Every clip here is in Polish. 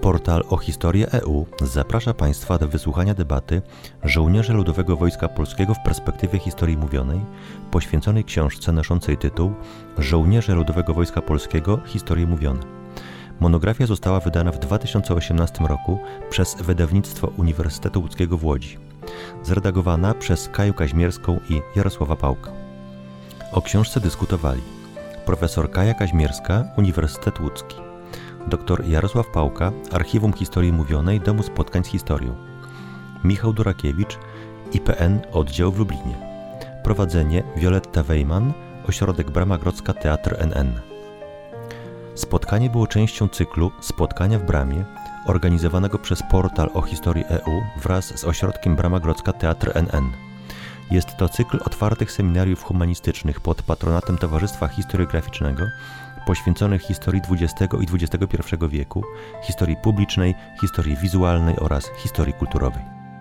Portal o historię EU zaprasza Państwa do wysłuchania debaty Żołnierze Ludowego Wojska Polskiego w perspektywie historii mówionej, poświęconej książce noszącej tytuł Żołnierze Ludowego Wojska Polskiego – Historie mówione. Monografia została wydana w 2018 roku przez wydawnictwo Uniwersytetu Łódzkiego w Łodzi. Zredagowana przez Kaję Kaźmierską i Jarosława Pałka. O książce dyskutowali profesor Kaja Kaźmierska, Uniwersytet Łódzki, dr Jarosław Pałka, Archiwum Historii Mówionej Domu Spotkań z Historią, Michał Durakiewicz, IPN Oddział w Lublinie. Prowadzenie Wioletta Wejman, Ośrodek Brama Grodzka Teatr NN. Spotkanie było częścią cyklu Spotkania w Bramie, organizowanego przez Portal o historii EU wraz z Ośrodkiem Brama Grodzka Teatr NN. Jest to cykl otwartych seminariów humanistycznych pod patronatem Towarzystwa Historiograficznego, poświęconych historii XX i XXI wieku, historii publicznej, historii wizualnej oraz historii kulturowej.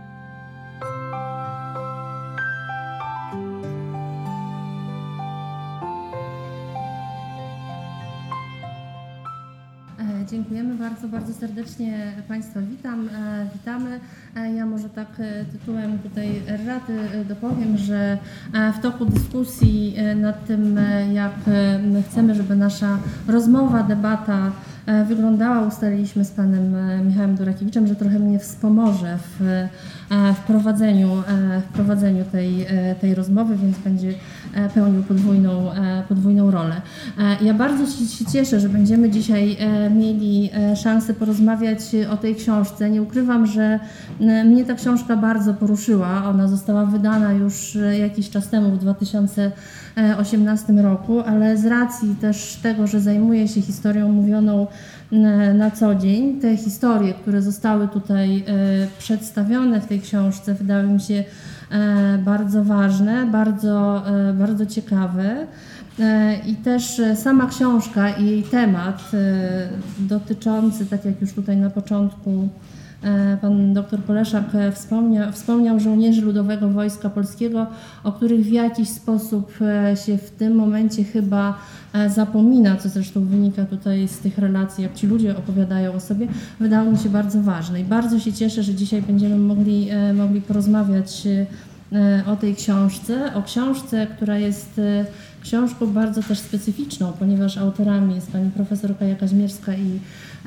Dziękujemy bardzo serdecznie Państwa witamy. Ja może tak tytułem tutaj erraty dopowiem, że w toku dyskusji nad tym, jak chcemy, żeby nasza rozmowa, debata wyglądała, ustaliliśmy z panem Michałem Durakiewiczem, że trochę mnie wspomoże w prowadzeniu tej rozmowy, więc będzie pełnił podwójną rolę. Ja bardzo się cieszę, że będziemy dzisiaj mieli szansę porozmawiać o tej książce. Nie ukrywam, że mnie ta książka bardzo poruszyła. Ona została wydana już jakiś czas temu, w 2018 roku, ale z racji też tego, że zajmuję się historią mówioną na co dzień, te historie, które zostały tutaj przedstawione w tej książce, wydały mi się bardzo ważne, bardzo ciekawe. I też sama książka i jej temat dotyczący, tak jak już tutaj na początku pan dr Poleszak wspomniał żołnierzy Ludowego Wojska Polskiego, o których w jakiś sposób się w tym momencie chyba zapomina, co zresztą wynika tutaj z tych relacji, jak ci ludzie opowiadają o sobie, wydało mi się bardzo ważne. I bardzo się cieszę, że dzisiaj będziemy mogli porozmawiać o tej książce, która jest książką bardzo też specyficzną, ponieważ autorami jest pani profesor Kaja Kaźmierska i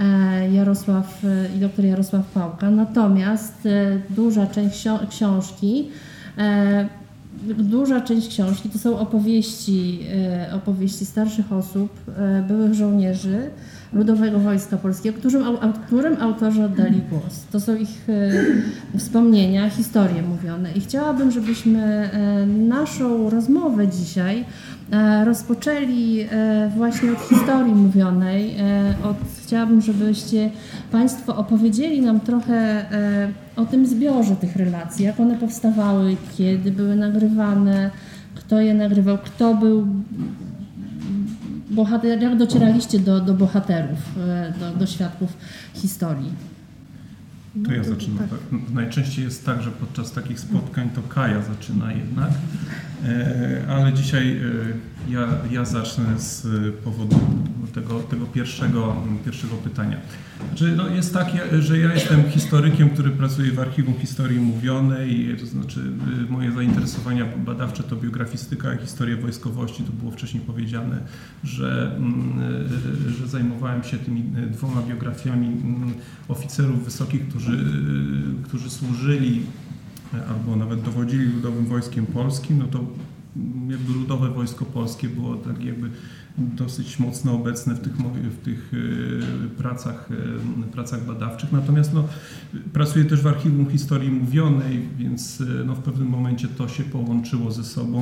dr Jarosław Pałka. Natomiast duża część książki to są opowieści starszych osób, byłych żołnierzy Ludowego Wojska Polskiego, którym autorzy oddali głos. To są ich wspomnienia, historie mówione. I chciałabym, żebyśmy naszą rozmowę dzisiaj rozpoczęli właśnie od historii mówionej. Chciałabym, żebyście Państwo opowiedzieli nam trochę o tym zbiorze tych relacji, jak one powstawały, kiedy były nagrywane, kto je nagrywał, kto był bohater, jak docieraliście do bohaterów, do świadków historii. To ja zaczynam. Tak. Najczęściej jest tak, że podczas takich spotkań to Kaja zaczyna jednak, ale dzisiaj ja zacznę z powodu tego pierwszego pytania. Znaczy, jest tak, że ja jestem historykiem, który pracuje w Archiwum Historii Mówionej, to znaczy moje zainteresowania badawcze to biografistyka i historia wojskowości. To było wcześniej powiedziane, że zajmowałem się tymi dwoma biografiami oficerów wysokich, którzy służyli albo nawet dowodzili Ludowym Wojskiem Polskim. No to jakby Ludowe Wojsko Polskie było tak jakby dosyć mocno obecne w tych pracach badawczych. Natomiast pracuję też w Archiwum Historii Mówionej, więc w pewnym momencie to się połączyło ze sobą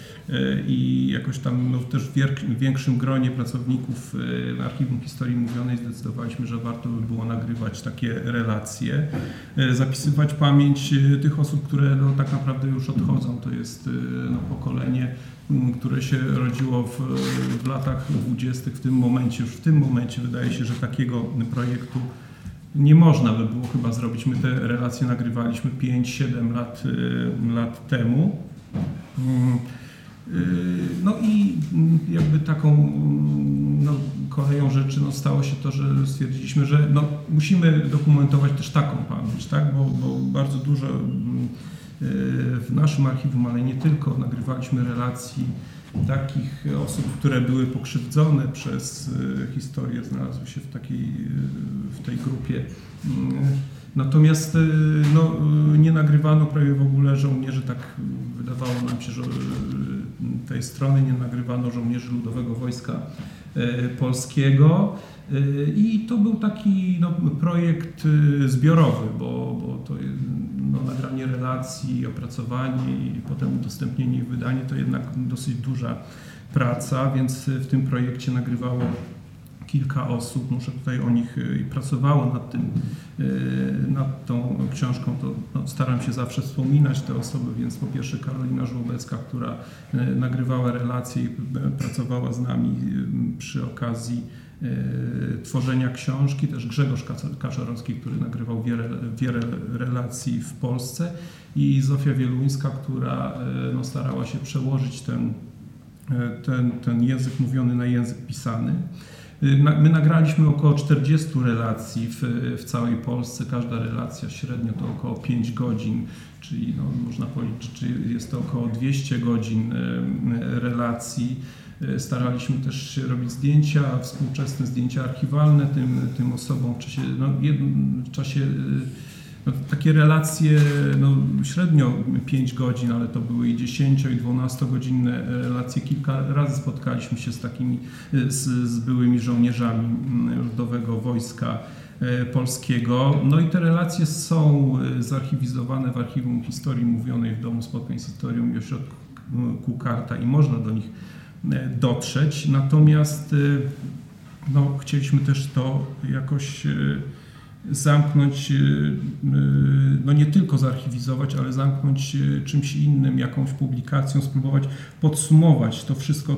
i jakoś tam też w większym gronie pracowników Archiwum Historii Mówionej zdecydowaliśmy, że warto by było nagrywać takie relacje, zapisywać pamięć tych osób, które tak naprawdę już odchodzą. To jest pokolenie, które się rodziło w latach 20. Już w tym momencie wydaje się, że takiego projektu nie można by było chyba zrobić. My te relacje nagrywaliśmy 5-7 lat temu. No i jakby taką koleją rzeczy stało się to, że stwierdziliśmy, że musimy dokumentować też taką pamięć, tak? Bo bardzo dużo w naszym archiwum, ale nie tylko, nagrywaliśmy relacji takich osób, które były pokrzywdzone przez historię, znalazły się w tej grupie. Natomiast nie nagrywano prawie w ogóle żołnierzy, tak wydawało nam się, że tej strony nie nagrywano żołnierzy Ludowego Wojska Polskiego i to był taki projekt zbiorowy, bo to nagranie relacji, opracowanie i potem udostępnienie i wydanie to jednak dosyć duża praca, więc w tym projekcie nagrywało kilka osób, muszę tutaj o nich pracowało nad tą książką, to staram się zawsze wspominać te osoby, więc po pierwsze Karolina Żłobecka, która nagrywała relacje i pracowała z nami przy okazji tworzenia książki, też Grzegorz Kaczorowski, który nagrywał wiele relacji w Polsce i Zofia Wieluńska, która starała się przełożyć ten język mówiony na język pisany. My nagraliśmy około 40 relacji w całej Polsce. Każda relacja średnio to około 5 godzin, czyli można policzyć, czy jest to około 200 godzin relacji. Staraliśmy też robić zdjęcia, współczesne zdjęcia archiwalne tym osobom w czasie takie relacje średnio 5 godzin, ale to były i 10 i 12-godzinne relacje. Kilka razy spotkaliśmy się z byłymi żołnierzami Ludowego Wojska Polskiego. No i te relacje są zarchiwizowane w Archiwum Historii Mówionej w Domu Spotkań z Historią i Ośrodku Karta i można do nich dotrzeć. Natomiast chcieliśmy też to jakoś zamknąć, nie tylko zarchiwizować, ale zamknąć czymś innym, jakąś publikacją, spróbować podsumować to wszystko,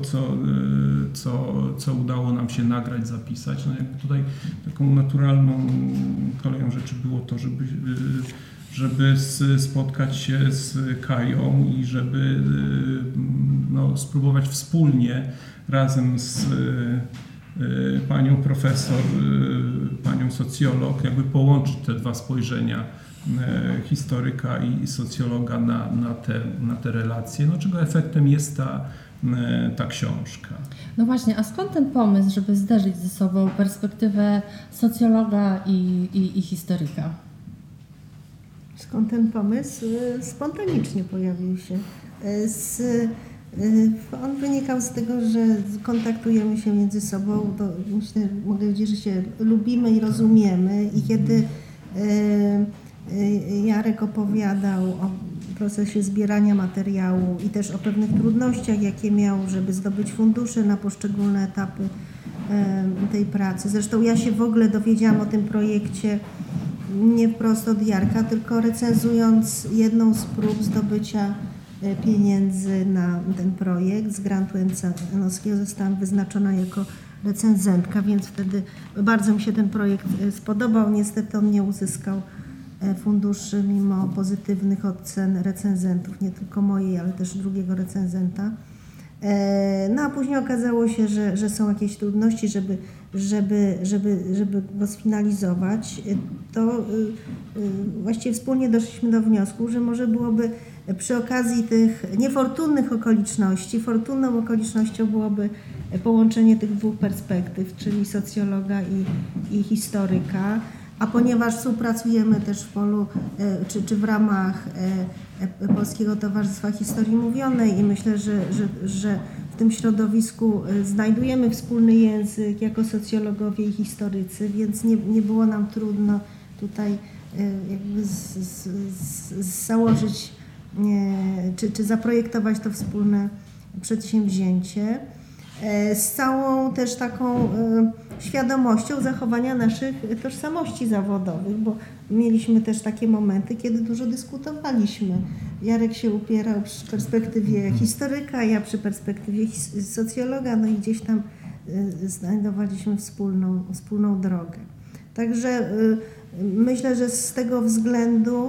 co udało nam się nagrać, zapisać. Jakby tutaj taką naturalną koleją rzeczy było to, żeby spotkać się z Kają i żeby spróbować wspólnie razem z panią profesor, panią socjolog, jakby połączyć te dwa spojrzenia historyka i socjologa na te relacje, czego efektem jest ta książka. No właśnie, a skąd ten pomysł, żeby zderzyć ze sobą perspektywę socjologa i historyka? Skąd ten pomysł? Spontanicznie pojawił się. On wynikał z tego, że kontaktujemy się między sobą, to myślę, mogę powiedzieć, że się lubimy i rozumiemy i kiedy Jarek opowiadał o procesie zbierania materiału i też o pewnych trudnościach, jakie miał, żeby zdobyć fundusze na poszczególne etapy tej pracy. Zresztą ja się w ogóle dowiedziałam o tym projekcie nie wprost od Jarka, tylko recenzując jedną z prób zdobycia pieniędzy na ten projekt z grantu NC-owskiego zostałam wyznaczona jako recenzentka, więc wtedy bardzo mi się ten projekt spodobał. Niestety on nie uzyskał funduszy mimo pozytywnych ocen recenzentów, nie tylko mojej, ale też drugiego recenzenta. A później okazało się, że są jakieś trudności, żeby go sfinalizować. To właściwie wspólnie doszliśmy do wniosku, że może byłoby przy okazji tych niefortunnych okoliczności, fortunną okolicznością byłoby połączenie tych dwóch perspektyw, czyli socjologa i historyka, a ponieważ współpracujemy też w polu, czy w ramach Polskiego Towarzystwa Historii Mówionej i myślę, że w tym środowisku znajdujemy wspólny język jako socjologowie i historycy, więc nie było nam trudno tutaj jakby założyć czy zaprojektować to wspólne przedsięwzięcie z całą też taką świadomością zachowania naszych tożsamości zawodowych, bo mieliśmy też takie momenty, kiedy dużo dyskutowaliśmy. Jarek się upierał przy perspektywie historyka, ja przy perspektywie socjologa, no i gdzieś tam znajdowaliśmy wspólną drogę. Także myślę, że z tego względu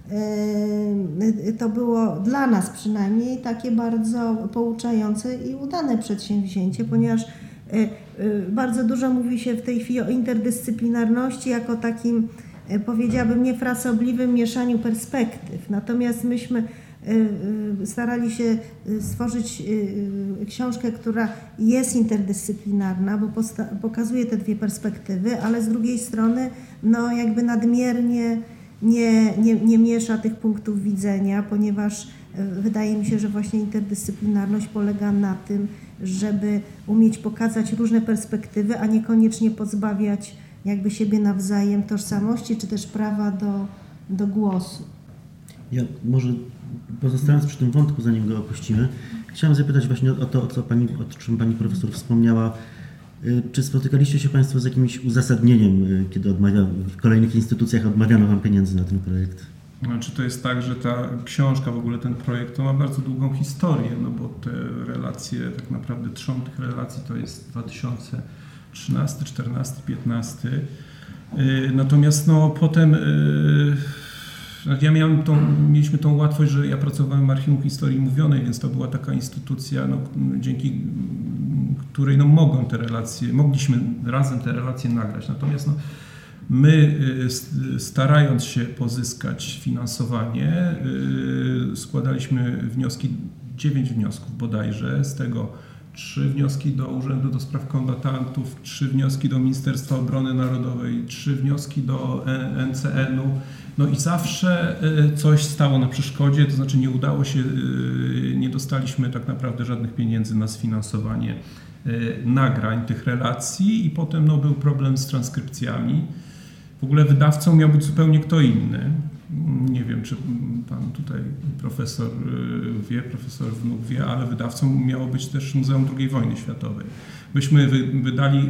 to było dla nas przynajmniej takie bardzo pouczające i udane przedsięwzięcie, ponieważ bardzo dużo mówi się w tej chwili o interdyscyplinarności jako takim, powiedziałabym, niefrasobliwym mieszaniu perspektyw. Natomiast myśmy starali się stworzyć książkę, która jest interdyscyplinarna, bo pokazuje te dwie perspektywy, ale z drugiej strony no jakby nadmiernie nie miesza tych punktów widzenia, ponieważ wydaje mi się, że właśnie interdyscyplinarność polega na tym, żeby umieć pokazać różne perspektywy, a niekoniecznie pozbawiać jakby siebie nawzajem tożsamości, czy też prawa do głosu. Ja może pozostając przy tym wątku, zanim go opuścimy, chciałem zapytać właśnie o to, o czym pani profesor wspomniała. Czy spotykaliście się państwo z jakimś uzasadnieniem, kiedy w kolejnych instytucjach odmawiano wam pieniędzy na ten projekt? Znaczy to jest tak, że ta książka, w ogóle ten projekt, to ma bardzo długą historię, no bo te relacje, tak naprawdę trzon tych relacji to jest 2013, 14, 15. Natomiast no potem mieliśmy tą łatwość, że ja pracowałem w Archiwum Historii Mówionej, więc to była taka instytucja, no, dzięki której no, mogliśmy razem te relacje nagrać. Natomiast no, my, starając się pozyskać finansowanie, składaliśmy wnioski, 9 wniosków bodajże, z tego 3 wnioski do Urzędu do Spraw Kombatantów, 3 wnioski do Ministerstwa Obrony Narodowej, 3 wnioski do NCN-u. No i zawsze coś stało na przeszkodzie, to znaczy nie udało się, nie dostaliśmy tak naprawdę żadnych pieniędzy na sfinansowanie nagrań tych relacji i potem no, był problem z transkrypcjami. W ogóle wydawcą miał być zupełnie kto inny. Nie wiem, czy pan tutaj profesor wie, profesor Wnuk wie, ale wydawcą miało być też Muzeum II Wojny Światowej. Myśmy wydali,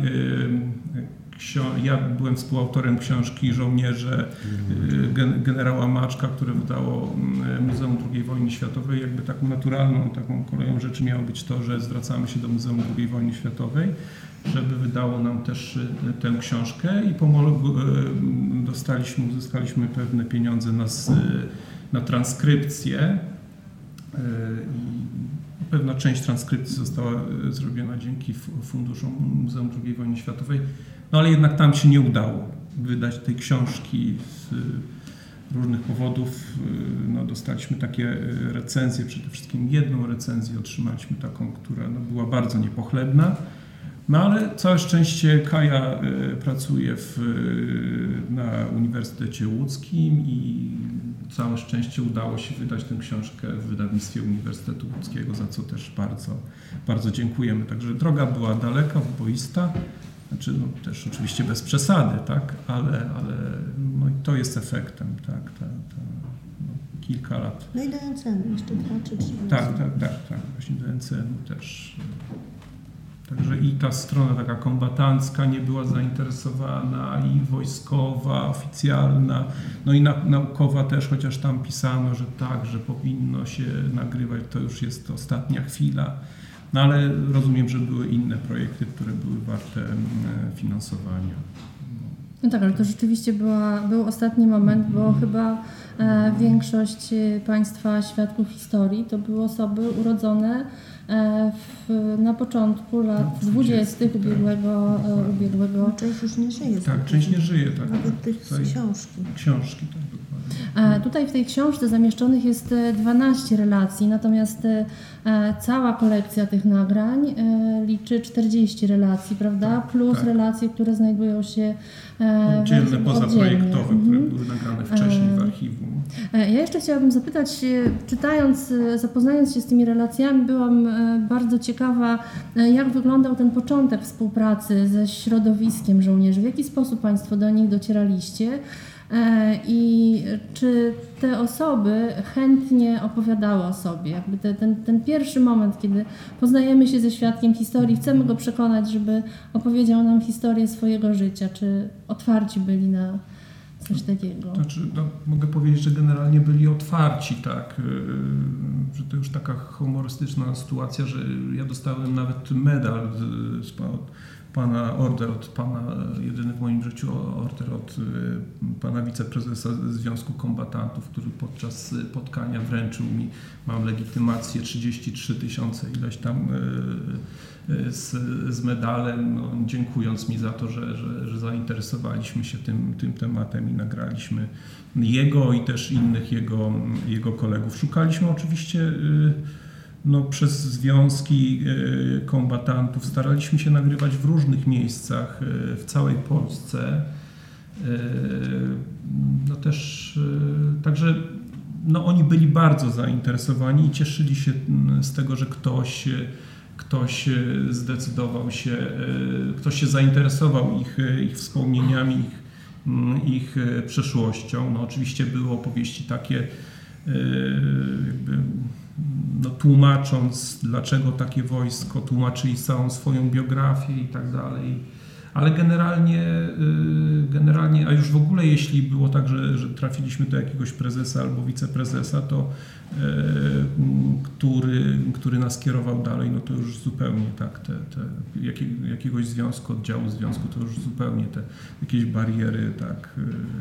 ja byłem współautorem książki Żołnierze generała Maczka, które wydało Muzeum II Wojny Światowej. Jakby taką naturalną, taką koleją rzeczy miało być to, że zwracamy się do Muzeum II Wojny Światowej, żeby wydało nam też tę książkę i uzyskaliśmy pewne pieniądze na transkrypcję. I pewna część transkrypcji została zrobiona dzięki funduszom Muzeum II Wojny Światowej, no ale jednak tam się nie udało wydać tej książki z różnych powodów. No, dostaliśmy takie recenzje, przede wszystkim jedną recenzję otrzymaliśmy taką, która no, była bardzo niepochlebna. No ale całe szczęście Kaja pracuje na Uniwersytecie Łódzkim i całe szczęście udało się wydać tę książkę w wydawnictwie Uniwersytetu Łódzkiego, za co też bardzo, bardzo dziękujemy. Także droga była daleka, wyboista, znaczy no, też oczywiście bez przesady, tak, ale no, to jest efektem, tak, no, kilka lat. No i do NCN jeszcze 2 czy 3 Tak, właśnie do NCN też. Także i ta strona taka kombatancka nie była zainteresowana, i wojskowa, oficjalna, no i naukowa też, chociaż tam pisano, że tak, że powinno się nagrywać, to już jest ostatnia chwila. No ale rozumiem, że były inne projekty, które były warte finansowania. No tak, ale to rzeczywiście był ostatni moment, bo chyba większość Państwa świadków historii to były osoby urodzone na początku lat 20. ubiegłego. Część już nie żyje. Tak, część nie żyje. Tak. Nawet tych książki. Książki, tak, dokładnie. Tutaj w tej książce zamieszczonych jest 12 relacji, natomiast cała kolekcja tych nagrań liczy 40 relacji, prawda? Plus tak. relacje, które znajdują się oddzielne, pozaprojektowe, które były nagrane wcześniej w archiwum. Ja jeszcze chciałabym zapytać, zapoznając się z tymi relacjami, byłam bardzo ciekawa, jak wyglądał ten początek współpracy ze środowiskiem żołnierzy, w jaki sposób Państwo do nich docieraliście i czy te osoby chętnie opowiadały o sobie. Jakby ten pierwszy moment, kiedy poznajemy się ze świadkiem historii, chcemy go przekonać, żeby opowiedział nam historię swojego życia, czy otwarci byli na coś takiego? Znaczy, no, mogę powiedzieć, że generalnie byli otwarci, tak, że to już taka humorystyczna sytuacja, że ja dostałem nawet medal order od pana, jedyny w moim życiu order od pana wiceprezesa Związku Kombatantów, który podczas spotkania wręczył mi, mam legitymację 33 000 ileś tam z medalem, no, dziękując mi za to, że zainteresowaliśmy się tym tematem i nagraliśmy jego i też innych jego kolegów. Szukaliśmy oczywiście przez związki kombatantów, staraliśmy się nagrywać w różnych miejscach w całej Polsce. Także oni byli bardzo zainteresowani i cieszyli się z tego, że ktoś zdecydował się, ktoś się zainteresował ich wspomnieniami, ich przeszłością. No, oczywiście były opowieści takie, tłumacząc, dlaczego takie wojsko, tłumaczyli całą swoją biografię i tak dalej. Ale generalnie, a już w ogóle jeśli było tak, że trafiliśmy do jakiegoś prezesa albo wiceprezesa, to który nas kierował dalej, no to już zupełnie tak, jakiegoś związku, oddziału związku, to już zupełnie te jakieś bariery tak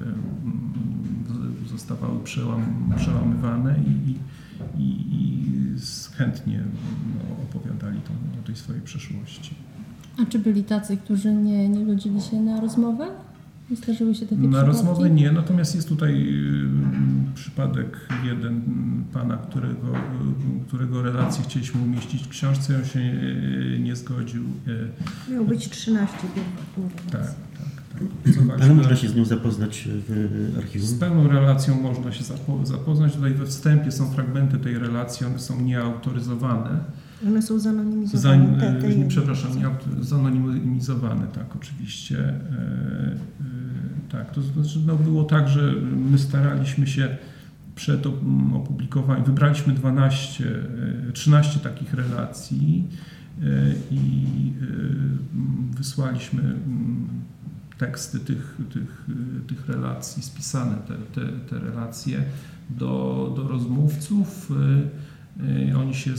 zostawały przełamywane i chętnie opowiadali o tej swojej przeszłości. A czy byli tacy, którzy nie godzili się na rozmowę? Zdarzyły się takie przypadki? Na rozmowę nie, natomiast jest tutaj przypadek jeden pana, którego relację chcieliśmy umieścić w książce, on się nie zgodził. Miało być 13 pierwotnych. Tak. Ale można się z nią zapoznać w archiwum? Z pełną relacją można się zapoznać. Tutaj we wstępie są fragmenty tej relacji, one są nieautoryzowane. One są zanonimizowane. Zanonimizowane, tak, oczywiście. Tak, to znaczy było tak, że my staraliśmy się przed opublikowaniem, wybraliśmy 13 takich relacji i wysłaliśmy teksty tych relacji, spisane te relacje do rozmówców. Oni się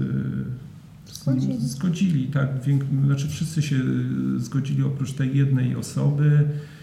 zgodzili, tak, znaczy wszyscy się zgodzili oprócz tej jednej osoby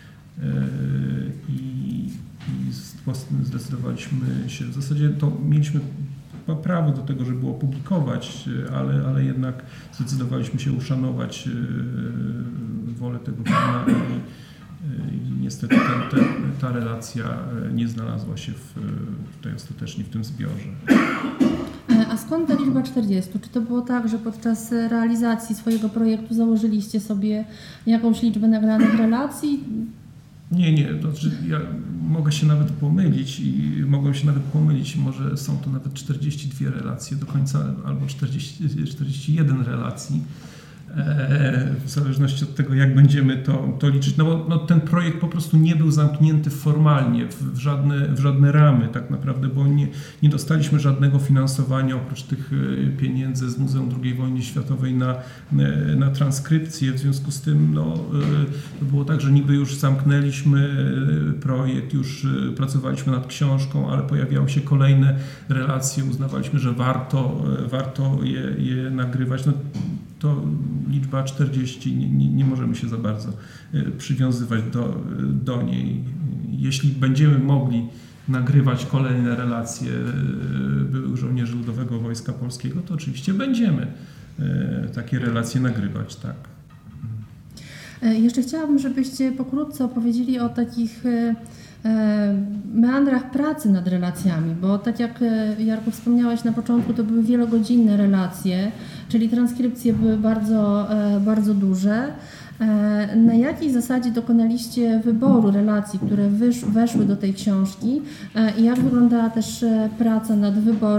i zdecydowaliśmy się, w zasadzie to mieliśmy prawo do tego, żeby opublikować, ale jednak zdecydowaliśmy się uszanować wolę tego pana i niestety ta relacja nie znalazła się tutaj ostatecznie w tym zbiorze. A skąd ta liczba 40? Czy to było tak, że podczas realizacji swojego projektu założyliście sobie jakąś liczbę nagranych relacji? Nie, to znaczy ja mogę się nawet pomylić, może są to nawet 42 relacje do końca, albo 41 relacji, w zależności od tego, jak będziemy to liczyć. No ten projekt po prostu nie był zamknięty formalnie w żadne ramy tak naprawdę, bo nie dostaliśmy żadnego finansowania oprócz tych pieniędzy z Muzeum II Wojny Światowej na transkrypcję. W związku z tym to było tak, że niby już zamknęliśmy projekt, już pracowaliśmy nad książką, ale pojawiały się kolejne relacje, uznawaliśmy, że warto je nagrywać. To liczba 40, nie możemy się za bardzo przywiązywać do niej. Jeśli będziemy mogli nagrywać kolejne relacje byłych żołnierzy Ludowego Wojska Polskiego, to oczywiście będziemy takie relacje nagrywać, tak. Jeszcze chciałabym, żebyście pokrótce opowiedzieli o takich meandrach pracy nad relacjami, bo tak jak Jarku wspomniałeś na początku, to były wielogodzinne relacje, czyli transkrypcje były bardzo, bardzo duże. Na jakiej zasadzie dokonaliście wyboru relacji, które weszły do tej książki i jak wyglądała też praca nad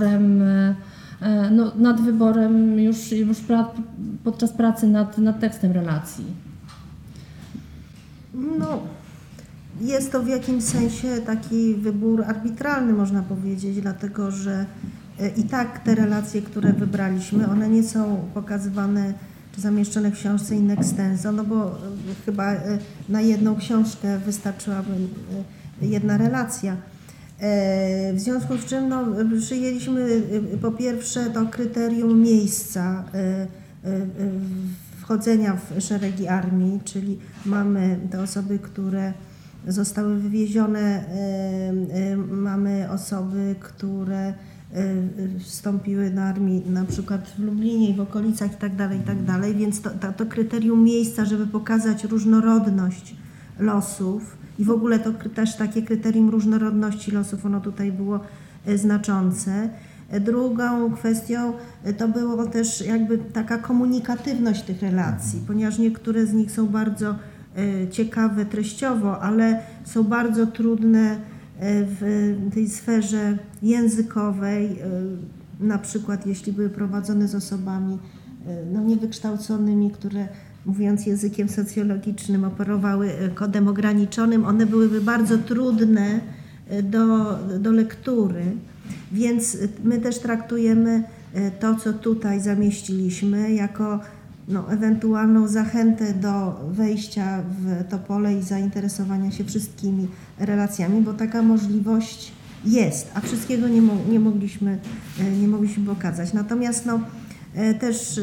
wyborem już podczas pracy nad tekstem relacji? Jest to w jakimś sensie taki wybór arbitralny, można powiedzieć, dlatego że i tak te relacje, które wybraliśmy, one nie są pokazywane czy zamieszczone w książce in extenso, bo chyba na jedną książkę wystarczyłaby jedna relacja. W związku z czym przyjęliśmy po pierwsze to kryterium miejsca, w wchodzenia w szeregi armii, czyli mamy te osoby, które zostały wywiezione, mamy osoby, które wstąpiły do armii na przykład w Lublinie i w okolicach i tak dalej, więc to kryterium miejsca, żeby pokazać różnorodność losów i w ogóle to też takie kryterium różnorodności losów, ono tutaj było znaczące. Drugą kwestią to było też jakby taka komunikatywność tych relacji, ponieważ niektóre z nich są bardzo ciekawe treściowo, ale są bardzo trudne w tej sferze językowej, na przykład jeśli były prowadzone z osobami niewykształconymi, które mówiąc językiem socjologicznym operowały kodem ograniczonym, one byłyby bardzo trudne do lektury, więc my też traktujemy to, co tutaj zamieściliśmy, jako ewentualną zachętę do wejścia w to pole i zainteresowania się wszystkimi relacjami, bo taka możliwość jest, a wszystkiego nie mogliśmy pokazać. Natomiast też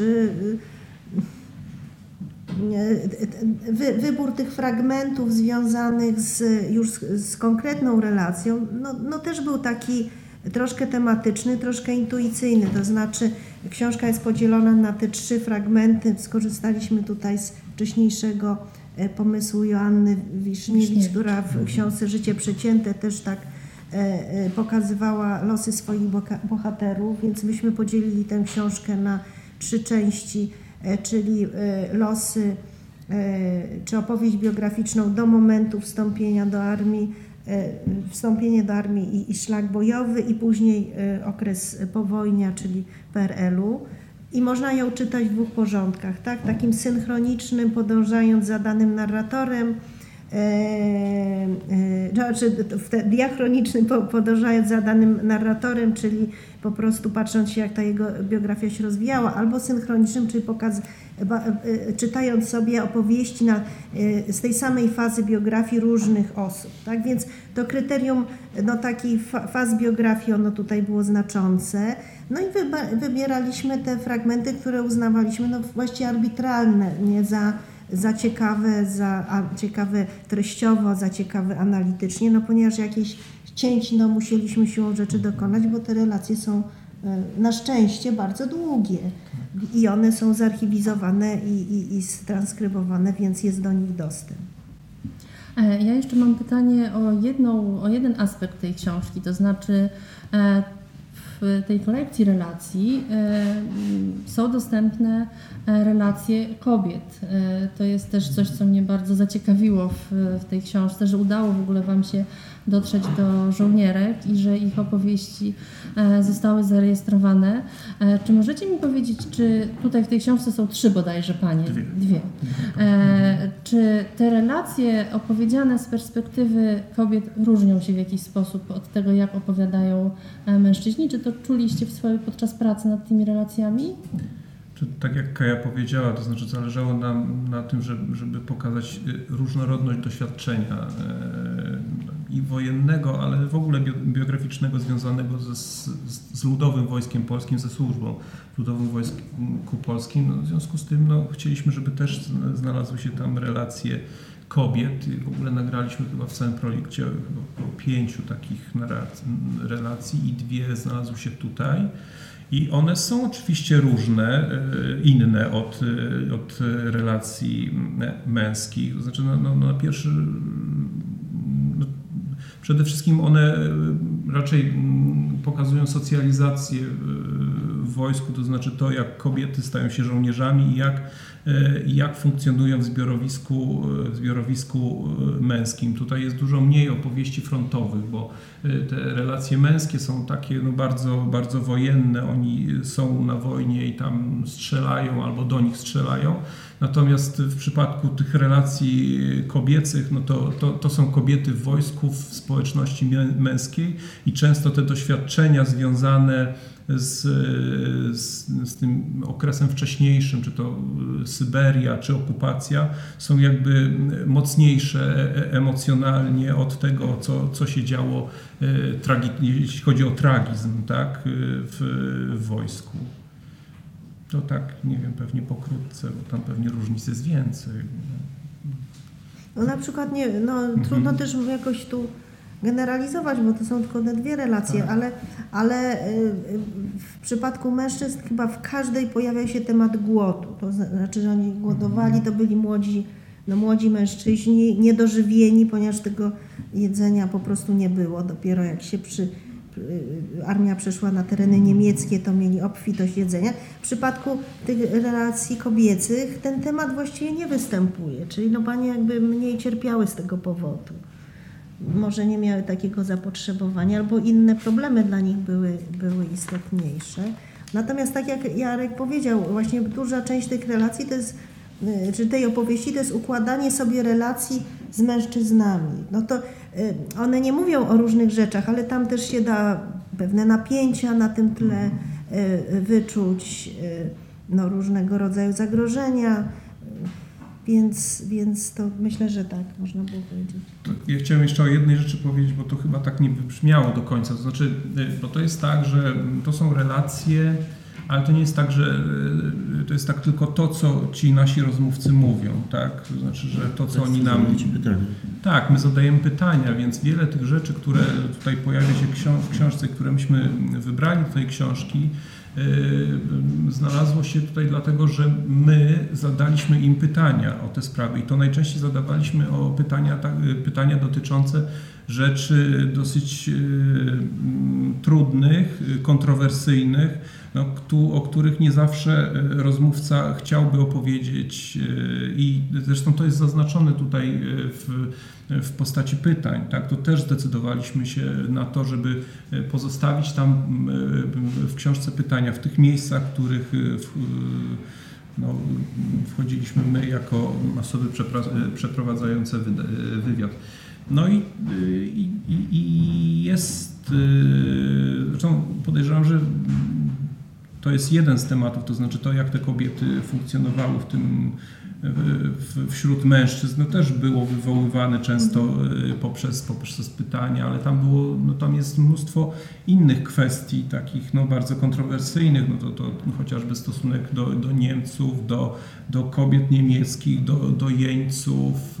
wybór tych fragmentów związanych już z konkretną relacją, też był taki troszkę tematyczny, troszkę intuicyjny, to znaczy książka jest podzielona na te 3 fragmenty. Skorzystaliśmy tutaj z wcześniejszego pomysłu Joanny Wiszniewicz, która w książce Życie przecięte też tak pokazywała losy swoich bohaterów, więc myśmy podzielili tę książkę na 3 części, czyli losy czy opowieść biograficzną do momentu wstąpienia do armii, wstąpienie do armii i szlak bojowy i później okres powojnia, czyli PRL-u. I można ją czytać w 2 porządkach, tak? Takim synchronicznym, podążając za danym narratorem, diachronicznym, podążając za danym narratorem, czyli po prostu patrząc się, jak ta jego biografia się rozwijała, albo synchronicznym, czyli czytając sobie opowieści z tej samej fazy biografii różnych osób. Tak? Więc to kryterium takiej faz biografii, ono tutaj było znaczące. I wybieraliśmy te fragmenty, które uznawaliśmy właściwie arbitralne, nie za ciekawe treściowo, za ciekawe analitycznie, ponieważ jakieś cięć musieliśmy siłą rzeczy dokonać, bo te relacje są na szczęście bardzo długie i one są zarchiwizowane i transkrybowane, więc jest do nich dostęp. Ja jeszcze mam pytanie o jeden aspekt tej książki, to znaczy w tej kolekcji relacji są dostępne relacje kobiet. To jest też coś, co mnie bardzo zaciekawiło w tej książce, że udało w ogóle Wam się dotrzeć do żołnierek i że ich opowieści zostały zarejestrowane. Czy możecie mi powiedzieć, czy tutaj w tej książce są 3 bodajże panie? 2. Czy te relacje opowiedziane z perspektywy kobiet różnią się w jakiś sposób od tego, jak opowiadają mężczyźni? Czy to czuliście podczas pracy nad tymi relacjami? Tak jak Kaja powiedziała, to znaczy zależało nam na tym, żeby pokazać różnorodność doświadczenia i wojennego, ale w ogóle biograficznego związanego z Ludowym Wojskiem Polskim, ze służbą w Ludowym Wojsku Polskim. W związku z tym chcieliśmy, żeby też znalazły się tam relacje kobiet. W ogóle nagraliśmy chyba w całym projekcie około 5 takich relacji i 2 znalazły się tutaj. I one są oczywiście różne, inne od relacji męskich. To znaczy, na pierwszy... Przede wszystkim one raczej pokazują socjalizację w wojsku, to znaczy to, jak kobiety stają się żołnierzami i jak funkcjonują w zbiorowisku męskim. Tutaj jest dużo mniej opowieści frontowych, bo te relacje męskie są takie bardzo, bardzo wojenne. Oni są na wojnie i tam strzelają albo do nich strzelają. Natomiast w przypadku tych relacji kobiecych, to są kobiety w wojsku, w społeczności męskiej i często te doświadczenia związane z tym okresem wcześniejszym, czy to Syberia, czy okupacja, są jakby mocniejsze emocjonalnie od tego, co się działo, jeśli chodzi o tragizm, tak, w wojsku. To tak, nie wiem, pewnie pokrótce, bo tam pewnie różnic jest więcej. No na przykład trudno też jakoś tu generalizować, bo to są tylko te dwie relacje, Tak. ale w przypadku mężczyzn chyba w każdej pojawia się temat głodu. To znaczy, że oni głodowali, to byli młodzi mężczyźni, niedożywieni, ponieważ tego jedzenia po prostu nie było. Dopiero jak się armia przeszła na tereny niemieckie, to mieli obfitość jedzenia. W przypadku tych relacji kobiecych ten temat właściwie nie występuje, czyli panie jakby mniej cierpiały z tego powodu. Może nie miały takiego zapotrzebowania, albo inne problemy dla nich były istotniejsze. Natomiast tak jak Jarek powiedział, właśnie duża część tych relacji to jest, czy tej opowieści to jest układanie sobie relacji z mężczyznami. No to one nie mówią o różnych rzeczach, ale tam też się da pewne napięcia na tym tle wyczuć, różnego rodzaju zagrożenia. Więc to myślę, że tak można było powiedzieć. Ja chciałem jeszcze o jednej rzeczy powiedzieć, bo to chyba tak nie wybrzmiało do końca. To znaczy, bo to jest tak, że to są relacje, ale to nie jest tak, że to jest tak tylko to, co ci nasi rozmówcy mówią, tak? To znaczy, że to, co oni nam... Tak, my zadajemy pytania, więc wiele tych rzeczy, które tutaj pojawia się w książce, które myśmy wybrali do tej książki, znalazło się tutaj dlatego, że my zadaliśmy im pytania o te sprawy i to najczęściej zadawaliśmy pytania dotyczące rzeczy dosyć trudnych, kontrowersyjnych, o których nie zawsze rozmówca chciałby opowiedzieć i zresztą to jest zaznaczone tutaj w postaci pytań. Tak? To też zdecydowaliśmy się na to, żeby pozostawić tam w książce pytania w tych miejscach, w których wchodziliśmy my jako osoby przeprowadzające wywiad. No i jest, zresztą podejrzewam, że to jest jeden z tematów, to znaczy to, jak te kobiety funkcjonowały wśród mężczyzn, też było wywoływane często poprzez pytania, ale tam jest mnóstwo innych kwestii, takich bardzo kontrowersyjnych, to chociażby stosunek do Niemców, do kobiet niemieckich, do jeńców,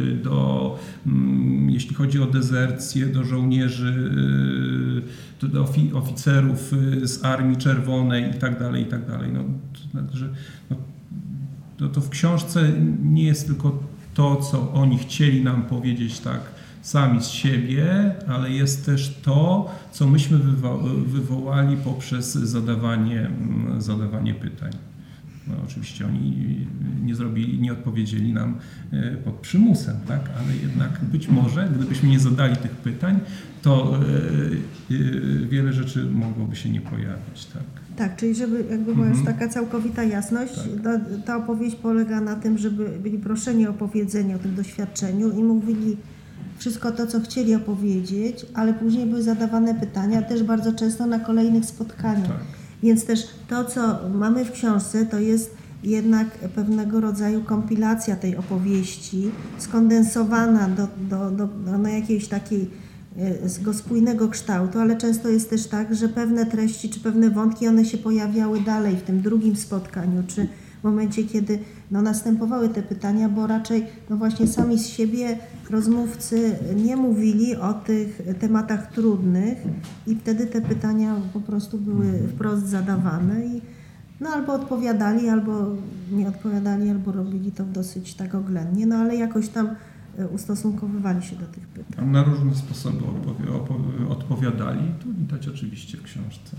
jeśli chodzi o dezercję, do żołnierzy, do oficerów z Armii Czerwonej i tak dalej. Także to w książce nie jest tylko to, co oni chcieli nam powiedzieć tak sami z siebie, ale jest też to, co myśmy wywołali poprzez zadawanie pytań. Oczywiście oni nie odpowiedzieli nam pod przymusem, tak? Ale jednak być może, gdybyśmy nie zadali tych pytań, to wiele rzeczy mogłoby się nie pojawić. Tak, czyli żeby jakby była już taka całkowita jasność, tak. Ta opowieść polega na tym, żeby byli proszeni o opowiedzenie o tym doświadczeniu i mówili wszystko to, co chcieli opowiedzieć, ale później były zadawane pytania, też bardzo często na kolejnych spotkaniach. Tak. Więc też to, co mamy w książce, to jest jednak pewnego rodzaju kompilacja tej opowieści, skondensowana do jakiejś takiej spójnego kształtu, ale często jest też tak, że pewne treści czy pewne wątki, one się pojawiały dalej w tym drugim spotkaniu, czy w momencie, kiedy następowały te pytania, bo raczej właśnie sami z siebie rozmówcy nie mówili o tych tematach trudnych i wtedy te pytania po prostu były wprost zadawane i albo odpowiadali, albo nie odpowiadali, albo robili to dosyć tak oględnie, ale jakoś tam ustosunkowywali się do tych pytań. Na różne sposoby odpowiadali, to widać oczywiście w książce.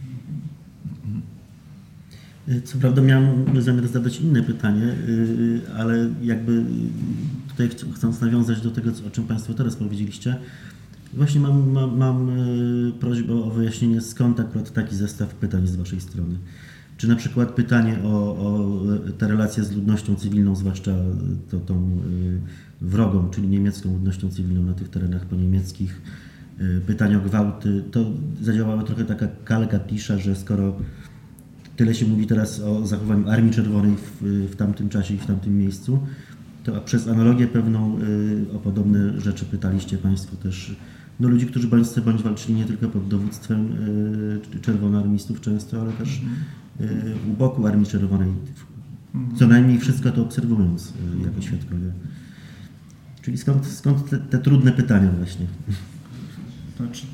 Co prawda miałem zamiar zadać inne pytanie, ale jakby tutaj chcąc nawiązać do tego, o czym Państwo teraz powiedzieliście, właśnie mam prośbę o wyjaśnienie, skąd akurat taki zestaw pytań z Waszej strony. Czy na przykład pytanie o te relacje z ludnością cywilną, zwłaszcza tą wrogą, czyli niemiecką ludnością cywilną na tych terenach poniemieckich, pytanie o gwałty, to zadziałała trochę taka kalka pisza, że skoro tyle się mówi teraz o zachowaniu Armii Czerwonej w tamtym czasie i w tamtym miejscu, to przez analogię pewną o podobne rzeczy pytaliście Państwo też ludzi, którzy bądź walczyli nie tylko pod dowództwem czerwonoarmistów często, ale też u boku Armii Czerwonej. Co najmniej wszystko to obserwując jako świadkowie. Czyli skąd te trudne pytania właśnie? Znaczy,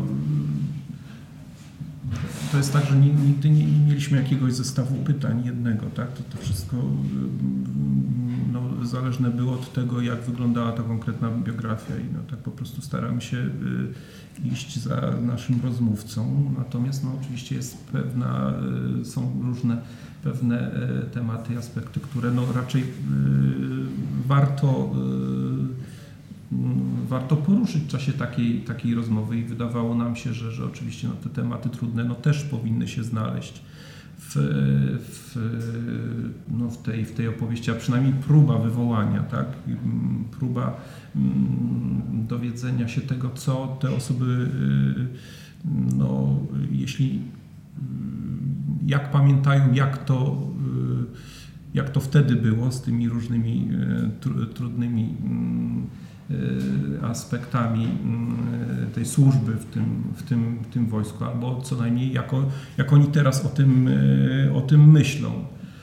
to jest tak, że nigdy nie mieliśmy jakiegoś zestawu pytań jednego, tak? To wszystko zależne było od tego, jak wyglądała ta konkretna biografia i tak po prostu staramy się iść za naszym rozmówcą. Natomiast oczywiście jest są różne pewne tematy i aspekty, które raczej warto poruszyć w czasie takiej rozmowy i wydawało nam się, że oczywiście te tematy trudne też powinny się znaleźć w tej opowieści, a przynajmniej próba wywołania, tak? Próba dowiedzenia się tego, co te osoby, jak pamiętają, jak to wtedy było z tymi różnymi trudnymi aspektami tej służby w tym wojsku, albo co najmniej jak oni teraz o tym myślą.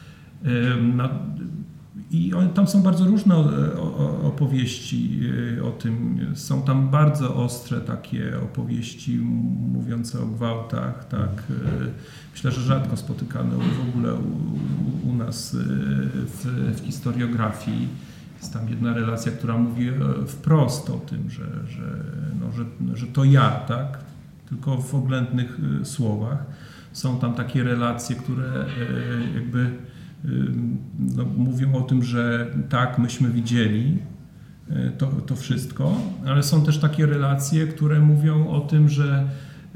I tam są bardzo różne opowieści o tym. Są tam bardzo ostre takie opowieści mówiące o gwałtach, tak. Myślę, że rzadko spotykane w ogóle u nas w historiografii. Jest tam jedna relacja, która mówi wprost o tym, że to ja, tak? Tylko w oględnych słowach. Są tam takie relacje, które jakby mówią o tym, że tak, myśmy widzieli to wszystko, ale są też takie relacje, które mówią o tym, że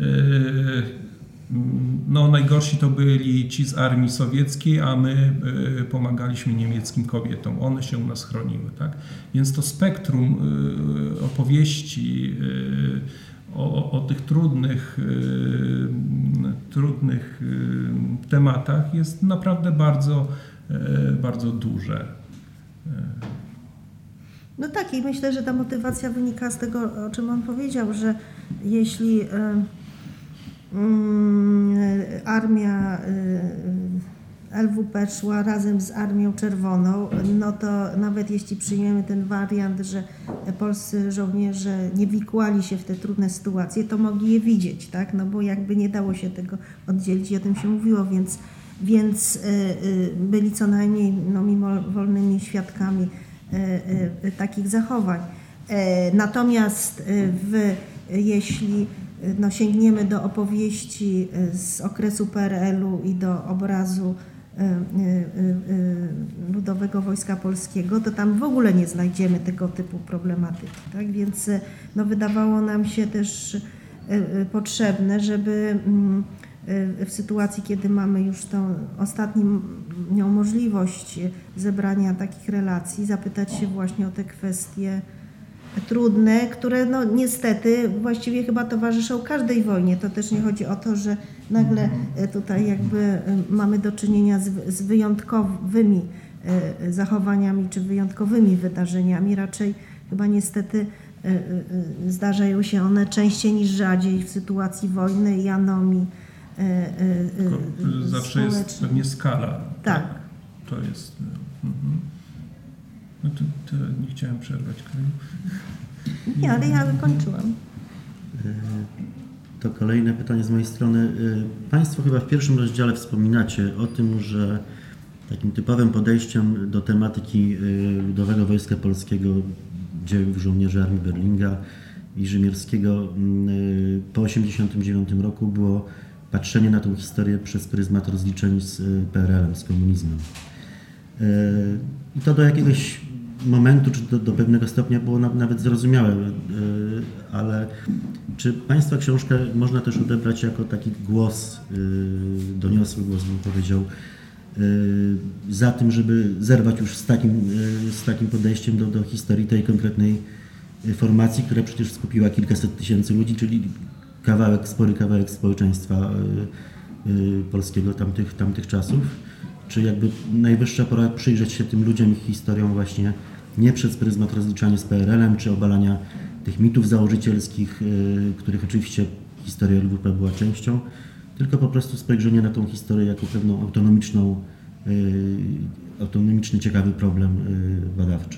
najgorsi to byli ci z armii sowieckiej, a my pomagaliśmy niemieckim kobietom. One się u nas chroniły, tak? Więc to spektrum opowieści o tych trudnych tematach jest naprawdę bardzo, bardzo duże. No tak, i myślę, że ta motywacja wynika z tego, o czym on powiedział, że jeśli armia LWP szła razem z Armią Czerwoną, to nawet jeśli przyjmiemy ten wariant, że polscy żołnierze nie wikłali się w te trudne sytuacje, to mogli je widzieć, tak? Bo jakby nie dało się tego oddzielić i o tym się mówiło, więc byli co najmniej mimowolnymi świadkami takich zachowań. Natomiast jeśli sięgniemy do opowieści z okresu PRL-u i do obrazu Ludowego Wojska Polskiego, to tam w ogóle nie znajdziemy tego typu problematyki. Tak? Więc wydawało nam się też potrzebne, żeby w sytuacji, kiedy mamy już tą ostatnią możliwość zebrania takich relacji, zapytać się właśnie o te kwestie trudne, które niestety właściwie chyba towarzyszą każdej wojnie. To też nie chodzi o to, że nagle tutaj jakby mamy do czynienia z wyjątkowymi zachowaniami czy wyjątkowymi wydarzeniami. Raczej chyba niestety zdarzają się one częściej niż rzadziej w sytuacji wojny i anomii. Zawsze jest pewnie skala. Tak. To jest... to nie chciałem przerwać. Nie, ale ja kończyłam. To kolejne pytanie z mojej strony. Państwo chyba w pierwszym rozdziale wspominacie o tym, że takim typowym podejściem do tematyki Ludowego Wojska Polskiego, dziejów żołnierzy Armii Berlinga i Rzymierskiego po 1989 roku było patrzenie na tą historię przez pryzmat rozliczeń z PRL-em, z komunizmem. I to do jakiegoś momentu, czy do pewnego stopnia było nawet zrozumiałe, ale czy Państwa książkę można też odebrać jako taki głos, doniosły głos, bym powiedział, za tym, żeby zerwać już z takim podejściem do historii tej konkretnej formacji, która przecież skupiła kilkaset tysięcy ludzi, czyli spory kawałek społeczeństwa polskiego tamtych czasów? Czy jakby najwyższa pora przyjrzeć się tym ludziom, ich historiom właśnie nie przez pryzmat rozliczania z PRL-em, czy obalania tych mitów założycielskich, których oczywiście historia LWP była częścią, tylko po prostu spojrzenie na tą historię jako pewną autonomiczny, ciekawy problem badawczy.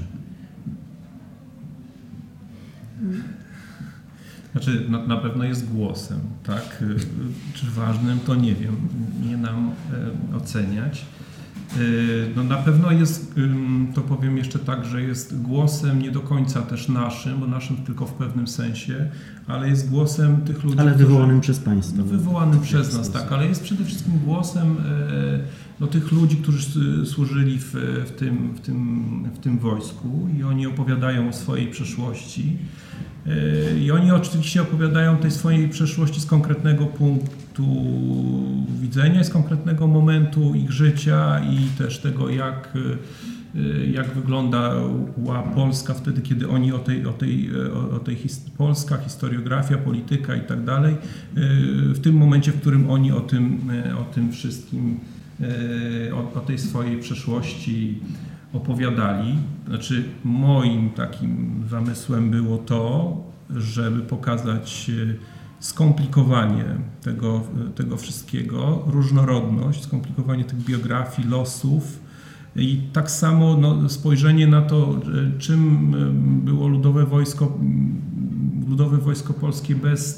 Znaczy, na pewno jest głosem, tak? Czy ważnym, to nie wiem, nie nam oceniać. No na pewno jest, to powiem jeszcze tak, że jest głosem nie do końca też naszym, bo naszym tylko w pewnym sensie, ale jest głosem tych ludzi, ale wywołanym przez Państwa. Wywołanym przez nas, tak, ale jest przede wszystkim głosem tych ludzi, którzy służyli w tym wojsku i oni opowiadają o swojej przeszłości. I oni oczywiście opowiadają tej swojej przeszłości z konkretnego punktu widzenia, z konkretnego momentu ich życia i też tego, jak wyglądała Polska wtedy, kiedy oni Polska, historiografia, polityka i tak dalej, w tym momencie, w którym oni o tym wszystkim, o tej swojej przeszłości opowiadali. Znaczy moim takim zamysłem było to, żeby pokazać skomplikowanie tego wszystkiego, różnorodność, skomplikowanie tych biografii, losów i tak samo spojrzenie na to, czym było Ludowe Wojsko Polskie bez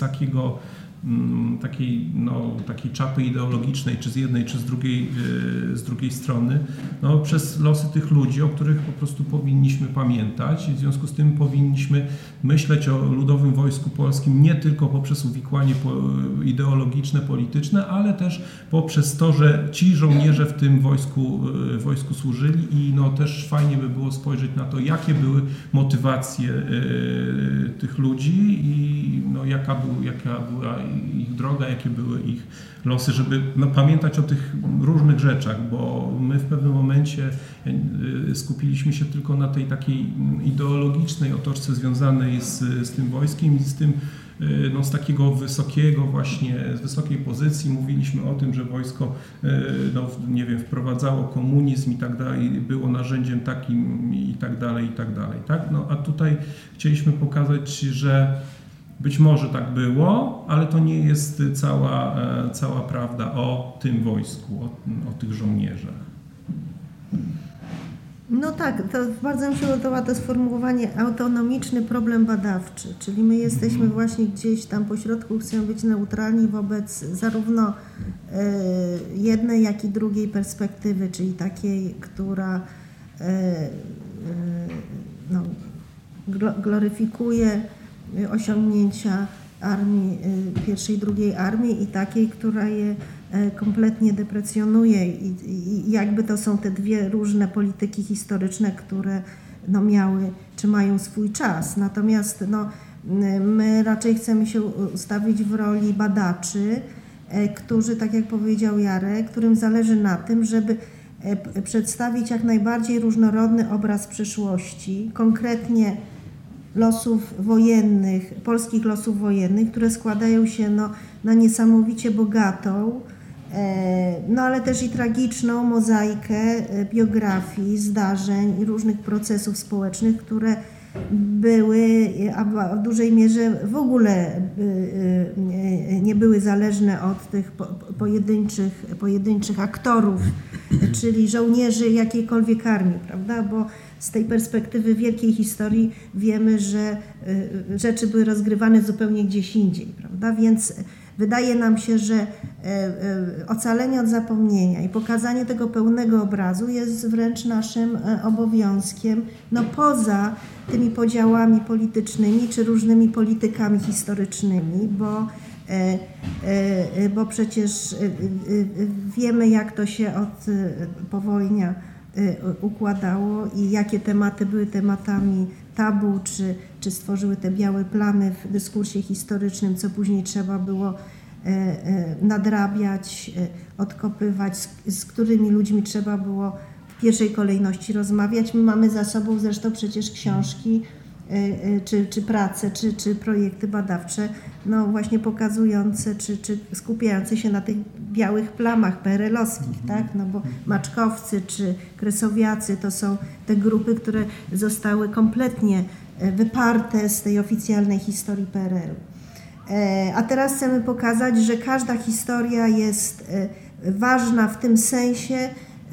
takiej czapy ideologicznej, czy z jednej, czy z drugiej strony, przez losy tych ludzi, o których po prostu powinniśmy pamiętać i w związku z tym powinniśmy myśleć o Ludowym Wojsku Polskim nie tylko poprzez uwikłanie ideologiczne, polityczne, ale też poprzez to, że ci żołnierze w tym wojsku służyli i też fajnie by było spojrzeć na to, jakie były motywacje tych ludzi i jaka była ich droga, jakie były ich losy, żeby pamiętać o tych różnych rzeczach, bo my w pewnym momencie skupiliśmy się tylko na tej takiej ideologicznej otoczce związanej z tym wojskiem i z tym, z takiego z wysokiej pozycji mówiliśmy o tym, że wojsko wprowadzało komunizm i tak dalej, było narzędziem takim i tak dalej, tak? A tutaj chcieliśmy pokazać, że być może tak było, ale to nie jest cała prawda o tym wojsku, o tych żołnierzach. No tak, to bardzo mi się podoba to sformułowanie autonomiczny problem badawczy, czyli my jesteśmy właśnie gdzieś tam po środku, chcemy być neutralni wobec zarówno jednej, jak i drugiej perspektywy, czyli takiej, która gloryfikuje osiągnięcia armii, pierwszej i drugiej armii i takiej, która je kompletnie deprecjonuje i jakby to są te dwie różne polityki historyczne, które miały czy mają swój czas. Natomiast my raczej chcemy się ustawić w roli badaczy, którzy, tak jak powiedział Jarek, którym zależy na tym, żeby przedstawić jak najbardziej różnorodny obraz przeszłości, konkretnie losów wojennych, polskich losów wojennych, które składają się na niesamowicie bogatą, ale też i tragiczną mozaikę biografii, zdarzeń i różnych procesów społecznych, które były, a w dużej mierze w ogóle nie były zależne od tych pojedynczych aktorów, czyli żołnierzy jakiejkolwiek armii, prawda? Bo z tej perspektywy wielkiej historii wiemy, że rzeczy były rozgrywane zupełnie gdzieś indziej, prawda? Więc wydaje nam się, że ocalenie od zapomnienia i pokazanie tego pełnego obrazu jest wręcz naszym obowiązkiem, poza tymi podziałami politycznymi czy różnymi politykami historycznymi, bo przecież wiemy, jak to się od powojnia układało i jakie tematy były tematami tabu, czy stworzyły te białe plamy w dyskursie historycznym, co później trzeba było nadrabiać, odkopywać, z którymi ludźmi trzeba było w pierwszej kolejności rozmawiać. My mamy za sobą zresztą przecież książki, czy prace, czy projekty badawcze, właśnie pokazujące, czy skupiające się na tych białych plamach PRL-owskich, tak? Bo maczkowcy czy kresowiacy to są te grupy, które zostały kompletnie wyparte z tej oficjalnej historii PRL-u. A teraz chcemy pokazać, że każda historia jest ważna w tym sensie,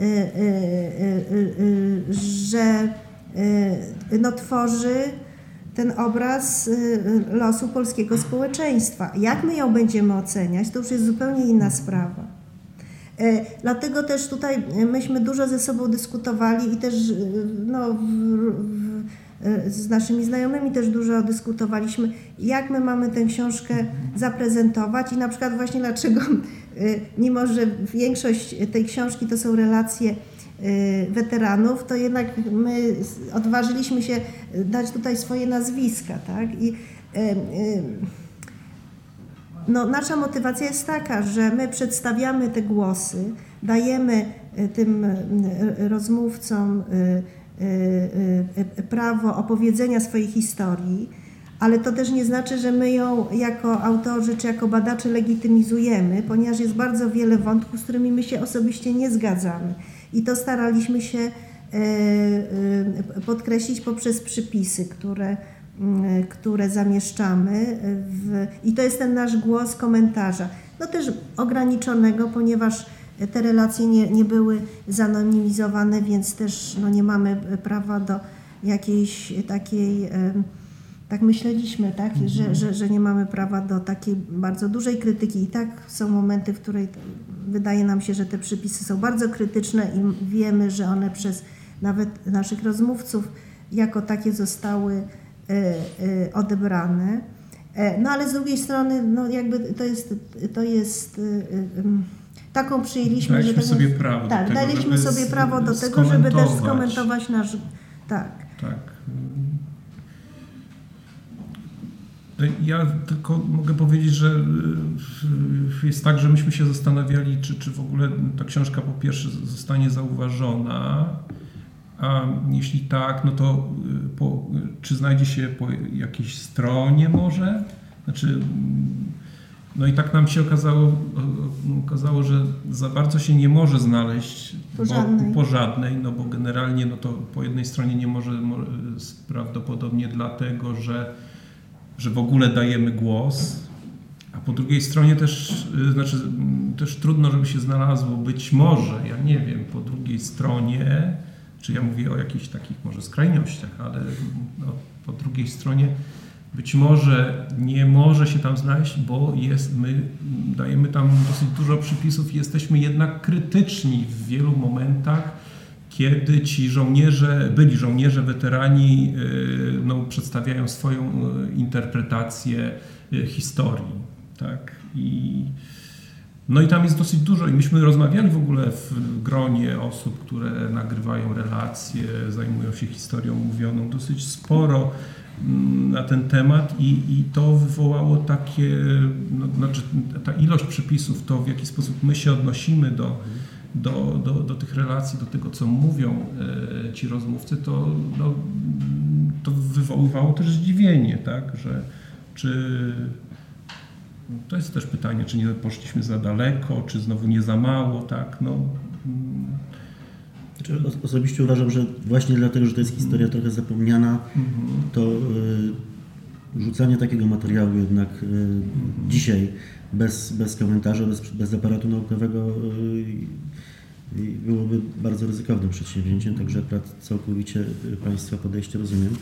że tworzy ten obraz losu polskiego społeczeństwa. Jak my ją będziemy oceniać, to już jest zupełnie inna sprawa. Dlatego też tutaj myśmy dużo ze sobą dyskutowali i też z naszymi znajomymi też dużo dyskutowaliśmy, jak my mamy tę książkę zaprezentować i na przykład właśnie dlaczego, mimo że większość tej książki to są relacje weteranów, to jednak my odważyliśmy się dać tutaj swoje nazwiska, tak? I nasza motywacja jest taka, że my przedstawiamy te głosy, dajemy tym rozmówcom prawo opowiedzenia swojej historii, ale to też nie znaczy, że my ją jako autorzy czy jako badacze legitymizujemy, ponieważ jest bardzo wiele wątków, z którymi my się osobiście nie zgadzamy. I to staraliśmy się podkreślić poprzez przypisy, które zamieszczamy i to jest ten nasz głos komentarza. Też ograniczonego, ponieważ te relacje nie były zanonimizowane, więc też nie mamy prawa do jakiejś takiej, tak myśleliśmy, tak? Że nie mamy prawa do takiej bardzo dużej krytyki. I tak są momenty, w której wydaje nam się, że te przypisy są bardzo krytyczne i wiemy, że one przez nawet naszych rozmówców jako takie zostały odebrane. Ale z drugiej strony, jakby to jest taką przyjęliśmy, daliśmy sobie prawo tak, do tego, daliśmy sobie prawo do tego, żeby też skomentować nasz... Tak. Ja tylko mogę powiedzieć, że jest tak, że myśmy się zastanawiali, czy w ogóle ta książka po pierwsze zostanie zauważona, a jeśli tak, to czy znajdzie się po jakiejś stronie może? I tak nam się okazało, że za bardzo się nie może znaleźć po żadnej, bo generalnie to po jednej stronie nie może prawdopodobnie dlatego, że w ogóle dajemy głos, a po drugiej stronie też trudno, żeby się znalazło być może, ja nie wiem, po drugiej stronie, czy ja mówię o jakichś takich może skrajnościach, ale po drugiej stronie być może nie może się tam znaleźć, bo my dajemy tam dosyć dużo przypisów i jesteśmy jednak krytyczni w wielu momentach, kiedy ci byli żołnierze, weterani przedstawiają swoją interpretację historii. Tak? I tam jest dosyć dużo i myśmy rozmawiali w ogóle w gronie osób, które nagrywają relacje, zajmują się historią mówioną dosyć sporo na ten temat i to wywołało takie, ta ilość przypisów, to w jaki sposób my się odnosimy do tych relacji, do tego, co mówią ci rozmówcy, to wywoływało też zdziwienie, tak, to jest też pytanie, czy nie poszliśmy za daleko, czy znowu nie za mało, tak, Osobiście uważam, że właśnie dlatego, że to jest historia trochę zapomniana, to rzucanie takiego materiału jednak dzisiaj bez komentarza, bez aparatu naukowego byłoby bardzo ryzykownym przedsięwzięciem, także akurat całkowicie Państwa podejście rozumiem.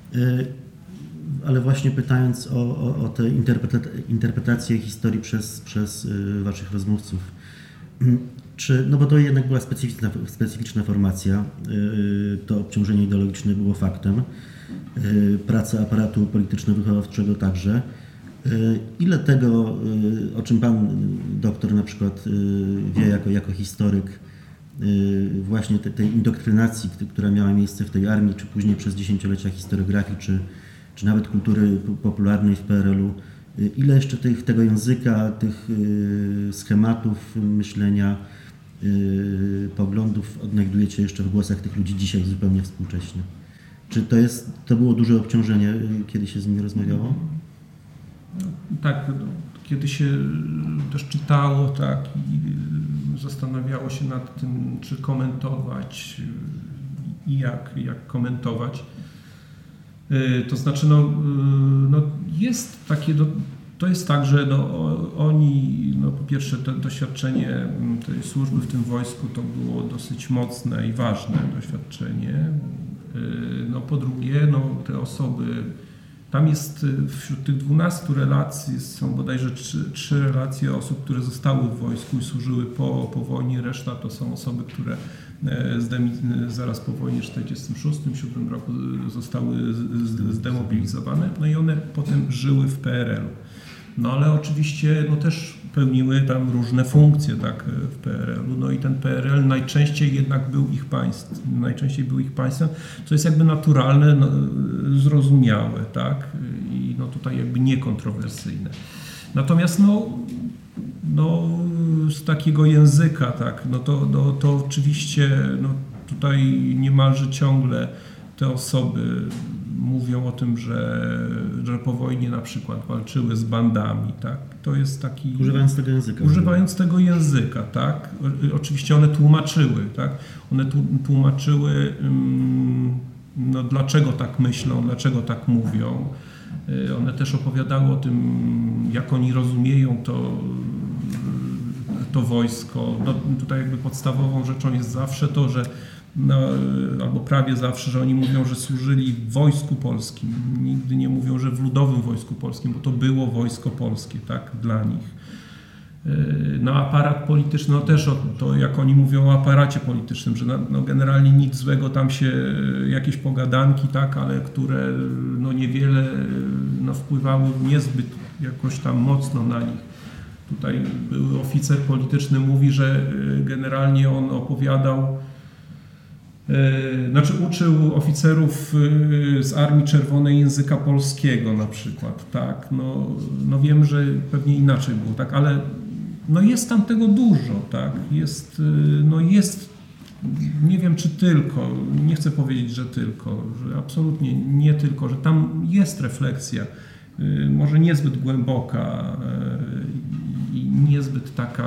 Ale właśnie pytając o te interpretacje historii przez Waszych rozmówców, bo to jednak była specyficzna formacja, to obciążenie ideologiczne było faktem, praca aparatu polityczno-wychowawczego także. Ile tego, o czym Pan doktor na przykład wie jako historyk, właśnie tej indoktrynacji, która miała miejsce w tej armii, czy później przez dziesięciolecia historiografii, czy nawet kultury popularnej w PRL-u, ile jeszcze tego języka, tych schematów myślenia, poglądów odnajdujecie jeszcze w głosach tych ludzi dzisiaj zupełnie współcześnie? Czy to było duże obciążenie, kiedy się z nimi rozmawiało? Tak, kiedy się też czytało, tak, i zastanawiało się nad tym, czy komentować i jak komentować. To znaczy, jest takie To jest tak, że oni, po pierwsze to doświadczenie tej służby w tym wojsku to było dosyć mocne i ważne doświadczenie. Po drugie, te osoby, tam jest wśród tych 12 relacji są bodajże 3 relacje osób, które zostały w wojsku i służyły po wojnie. Reszta to są osoby, które zaraz po wojnie w 1946-1947 roku zostały zdemobilizowane, i one potem żyły w PRL-u. Ale oczywiście też pełniły tam różne funkcje, tak, w PRL-u. I ten PRL najczęściej jednak był ich państwem, co jest jakby naturalne, zrozumiałe, tak, i tutaj jakby niekontrowersyjne. Natomiast z takiego języka, tak, to oczywiście tutaj niemalże ciągle te osoby mówią o tym, że po wojnie na przykład walczyły z bandami, tak? To jest taki... Używając tego języka, tak? Oczywiście one tłumaczyły, tak? One tłumaczyły, dlaczego tak myślą, dlaczego tak mówią. One też opowiadały o tym, jak oni rozumieją to wojsko. Tutaj jakby podstawową rzeczą jest zawsze to, że albo prawie zawsze, że oni mówią, że służyli w Wojsku Polskim. Nigdy nie mówią, że w Ludowym Wojsku Polskim, bo to było Wojsko Polskie, tak, dla nich. Aparat polityczny, też to jak oni mówią o aparacie politycznym, że generalnie nic złego, tam się jakieś pogadanki, tak, ale które niewiele wpływały niezbyt jakoś tam mocno na nich. Tutaj były oficer polityczny, mówi, że generalnie on opowiadał, uczył oficerów z Armii Czerwonej języka polskiego na przykład, tak, wiem, że pewnie inaczej było, tak, ale jest tam tego dużo, tak, jest, nie wiem czy tylko, nie chcę powiedzieć, że tylko, że absolutnie nie tylko, że tam jest refleksja, może niezbyt głęboka i niezbyt taka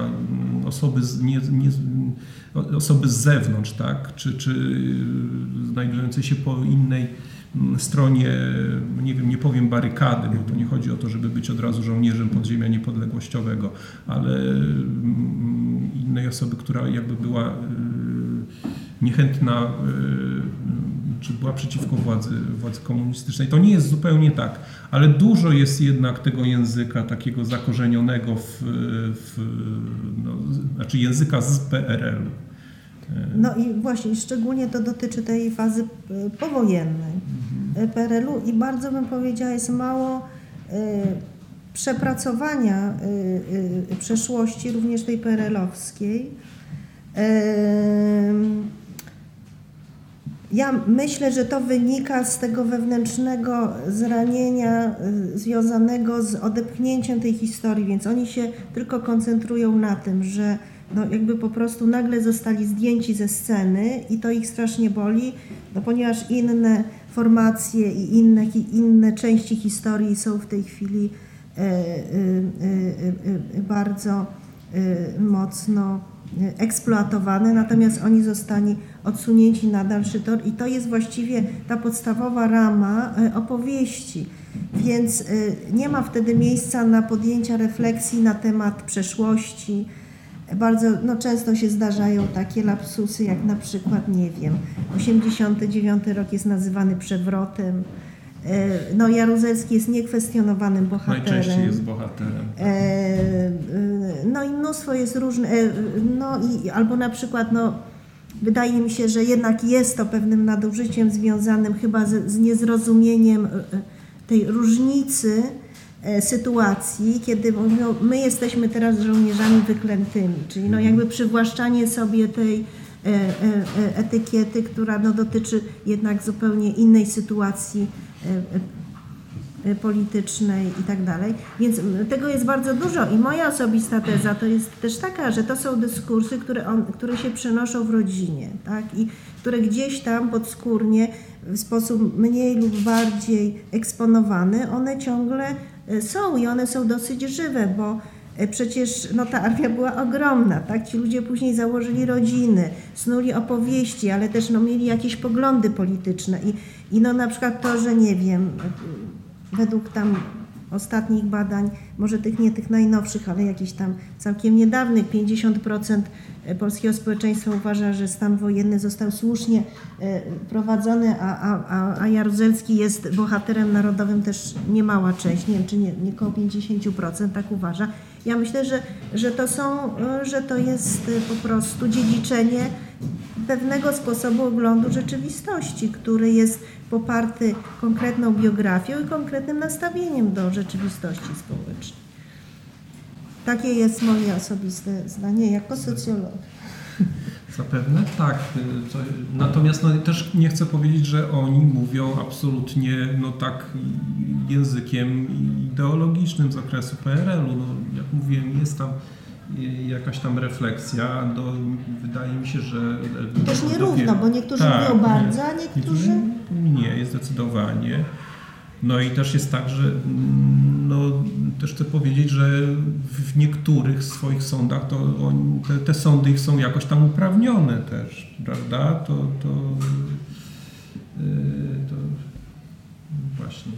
osoby z zewnątrz, tak, czy znajdujące się po innej stronie, nie powiem barykady, bo tu nie chodzi o to, żeby być od razu żołnierzem podziemia niepodległościowego, ale innej osoby, która jakby była niechętna, czy była przeciwko władzy komunistycznej. To nie jest zupełnie tak, ale dużo jest jednak tego języka takiego zakorzenionego znaczy języka z PRL-u. I właśnie szczególnie to dotyczy tej fazy powojennej PRL-u i bardzo bym powiedziała, jest mało przepracowania przeszłości, również tej PRL-owskiej. Ja myślę, że to wynika z tego wewnętrznego zranienia związanego z odepchnięciem tej historii, więc oni się tylko koncentrują na tym, że jakby po prostu nagle zostali zdjęci ze sceny i to ich strasznie boli, ponieważ inne formacje i inne części historii są w tej chwili bardzo mocno eksploatowane, natomiast oni zostali odsunięci na dalszy tor i to jest właściwie ta podstawowa rama opowieści, więc nie ma wtedy miejsca na podjęcia refleksji na temat przeszłości. Bardzo często się zdarzają takie lapsusy, jak na przykład, 89 rok jest nazywany przewrotem. Jaruzelski jest niekwestionowanym bohaterem. Najczęściej jest bohaterem. I mnóstwo jest różne, albo na przykład, wydaje mi się, że jednak jest to pewnym nadużyciem związanym chyba z niezrozumieniem tej różnicy sytuacji, kiedy mówią, my jesteśmy teraz żołnierzami wyklętymi, czyli jakby przywłaszczanie sobie tej etykiety, która dotyczy jednak zupełnie innej sytuacji politycznej i tak dalej. Więc tego jest bardzo dużo i moja osobista teza to jest też taka, że to są dyskursy, które się przenoszą w rodzinie, tak? I które gdzieś tam podskórnie w sposób mniej lub bardziej eksponowany, one ciągle są i one są dosyć żywe, bo przecież ta armia była ogromna, tak? Ci ludzie później założyli rodziny, snuli opowieści, ale też mieli jakieś poglądy polityczne i na przykład to, że według tam ostatnich badań, może tych najnowszych, ale jakichś tam całkiem niedawnych, 50% polskiego społeczeństwa uważa, że stan wojenny został słusznie prowadzony, a Jaruzelski jest bohaterem narodowym, też niemała część, nie wiem, czy nie około 50% tak uważa. Ja myślę, że to jest po prostu dziedziczenie pewnego sposobu oglądu rzeczywistości, który jest poparty konkretną biografią i konkretnym nastawieniem do rzeczywistości społecznej. Takie jest moje osobiste zdanie jako socjologa. Zapewne tak. Natomiast też nie chcę powiedzieć, że oni mówią absolutnie tak językiem ideologicznym z okresu PRL-u. Jak mówiłem, jest tam jakaś tam refleksja. Wydaje mi się, że... Też nierówno, bo niektórzy mówią bardzo, a niektórzy... Nie, zdecydowanie. No i też jest tak, że też chcę powiedzieć, że w niektórych swoich sądach te sądy ich są jakoś tam uprawnione też, prawda? To właśnie.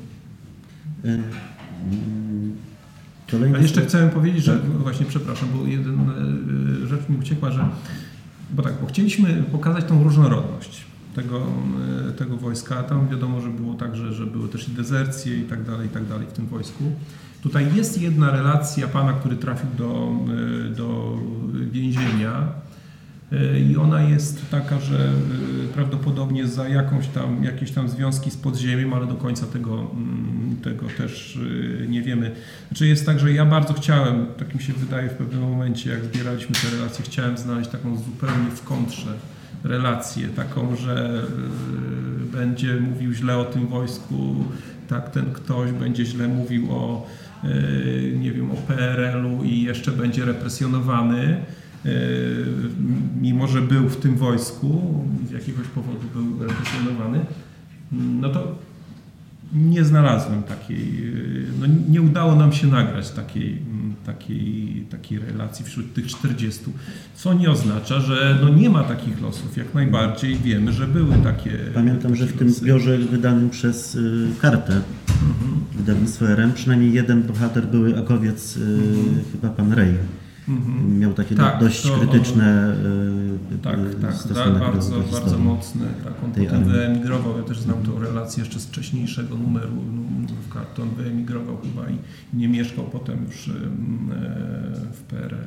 A jeszcze chciałem powiedzieć, że właśnie, przepraszam, bo jedna rzecz mi uciekła, bo chcieliśmy pokazać tą różnorodność tego wojska. Tam wiadomo, że było tak, że były też i dezercje i tak dalej w tym wojsku. Tutaj jest jedna relacja pana, który trafił do więzienia i ona jest taka, że prawdopodobnie za jakieś tam związki z podziemiem, ale do końca tego też nie wiemy. Znaczy jest tak, że ja bardzo chciałem, tak mi się wydaje w pewnym momencie, jak zbieraliśmy te relacje, chciałem znaleźć taką zupełnie w kontrze relację, taką, że będzie mówił źle o tym wojsku, tak, ten ktoś będzie źle mówił o PRL-u i jeszcze będzie represjonowany, mimo że był w tym wojsku, z jakiegoś powodu był represjonowany, no to nie znalazłem nie udało nam się nagrać takiej relacji wśród tych 40, co nie oznacza, że nie ma takich losów. Jak najbardziej wiemy, że były takie. Pamiętam, że w tym zbiorze wydanym przez Kartę, wydawnictwo RM, przynajmniej jeden bohater, były akowiec, chyba pan Rej. Miał takie dość krytyczne bardzo mocne. On potem wyemigrował. Ja też znam tą relację jeszcze z wcześniejszego numeru w Kartę. On wyemigrował chyba i nie mieszkał potem już w PRL.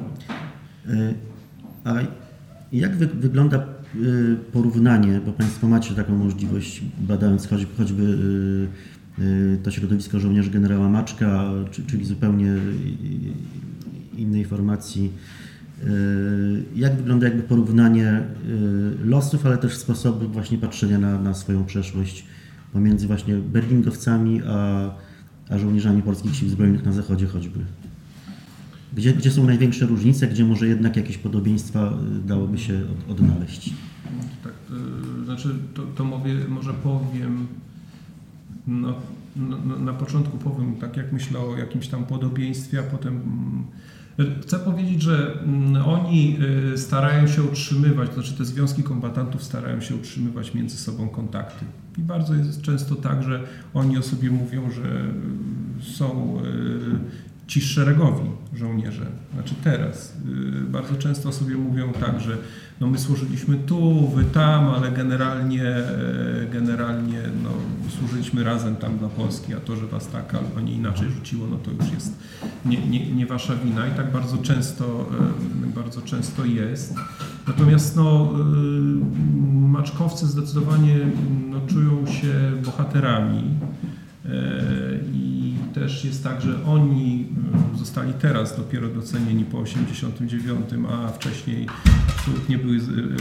A jak wygląda porównanie, bo Państwo macie taką możliwość, badając choćby to środowisko żołnierzy generała Maczka, czyli zupełnie innej formacji. Jak wygląda porównanie losów, ale też sposobu właśnie patrzenia na swoją przeszłość pomiędzy właśnie berlingowcami a żołnierzami polskich sił zbrojnych na zachodzie choćby? Gdzie są największe różnice, gdzie może jednak jakieś podobieństwa dałoby się odnaleźć? Tak, znaczy to może powiem, na początku powiem tak, jak myślę o jakimś tam podobieństwie, a potem chcę powiedzieć, że oni starają się utrzymywać, to znaczy te związki kombatantów starają się utrzymywać między sobą kontakty. I bardzo jest często tak, że oni o sobie mówią, że są ci szeregowi żołnierze, znaczy teraz, bardzo często sobie mówią tak, że my służyliśmy tu, wy tam, ale generalnie służyliśmy razem tam dla Polski, a to, że was tak, a nie inaczej rzuciło, to już jest nie wasza wina i tak bardzo często jest. Natomiast maczkowcy zdecydowanie czują się bohaterami i też jest tak, że oni zostali teraz dopiero docenieni po 1989, a wcześniej absolutnie byli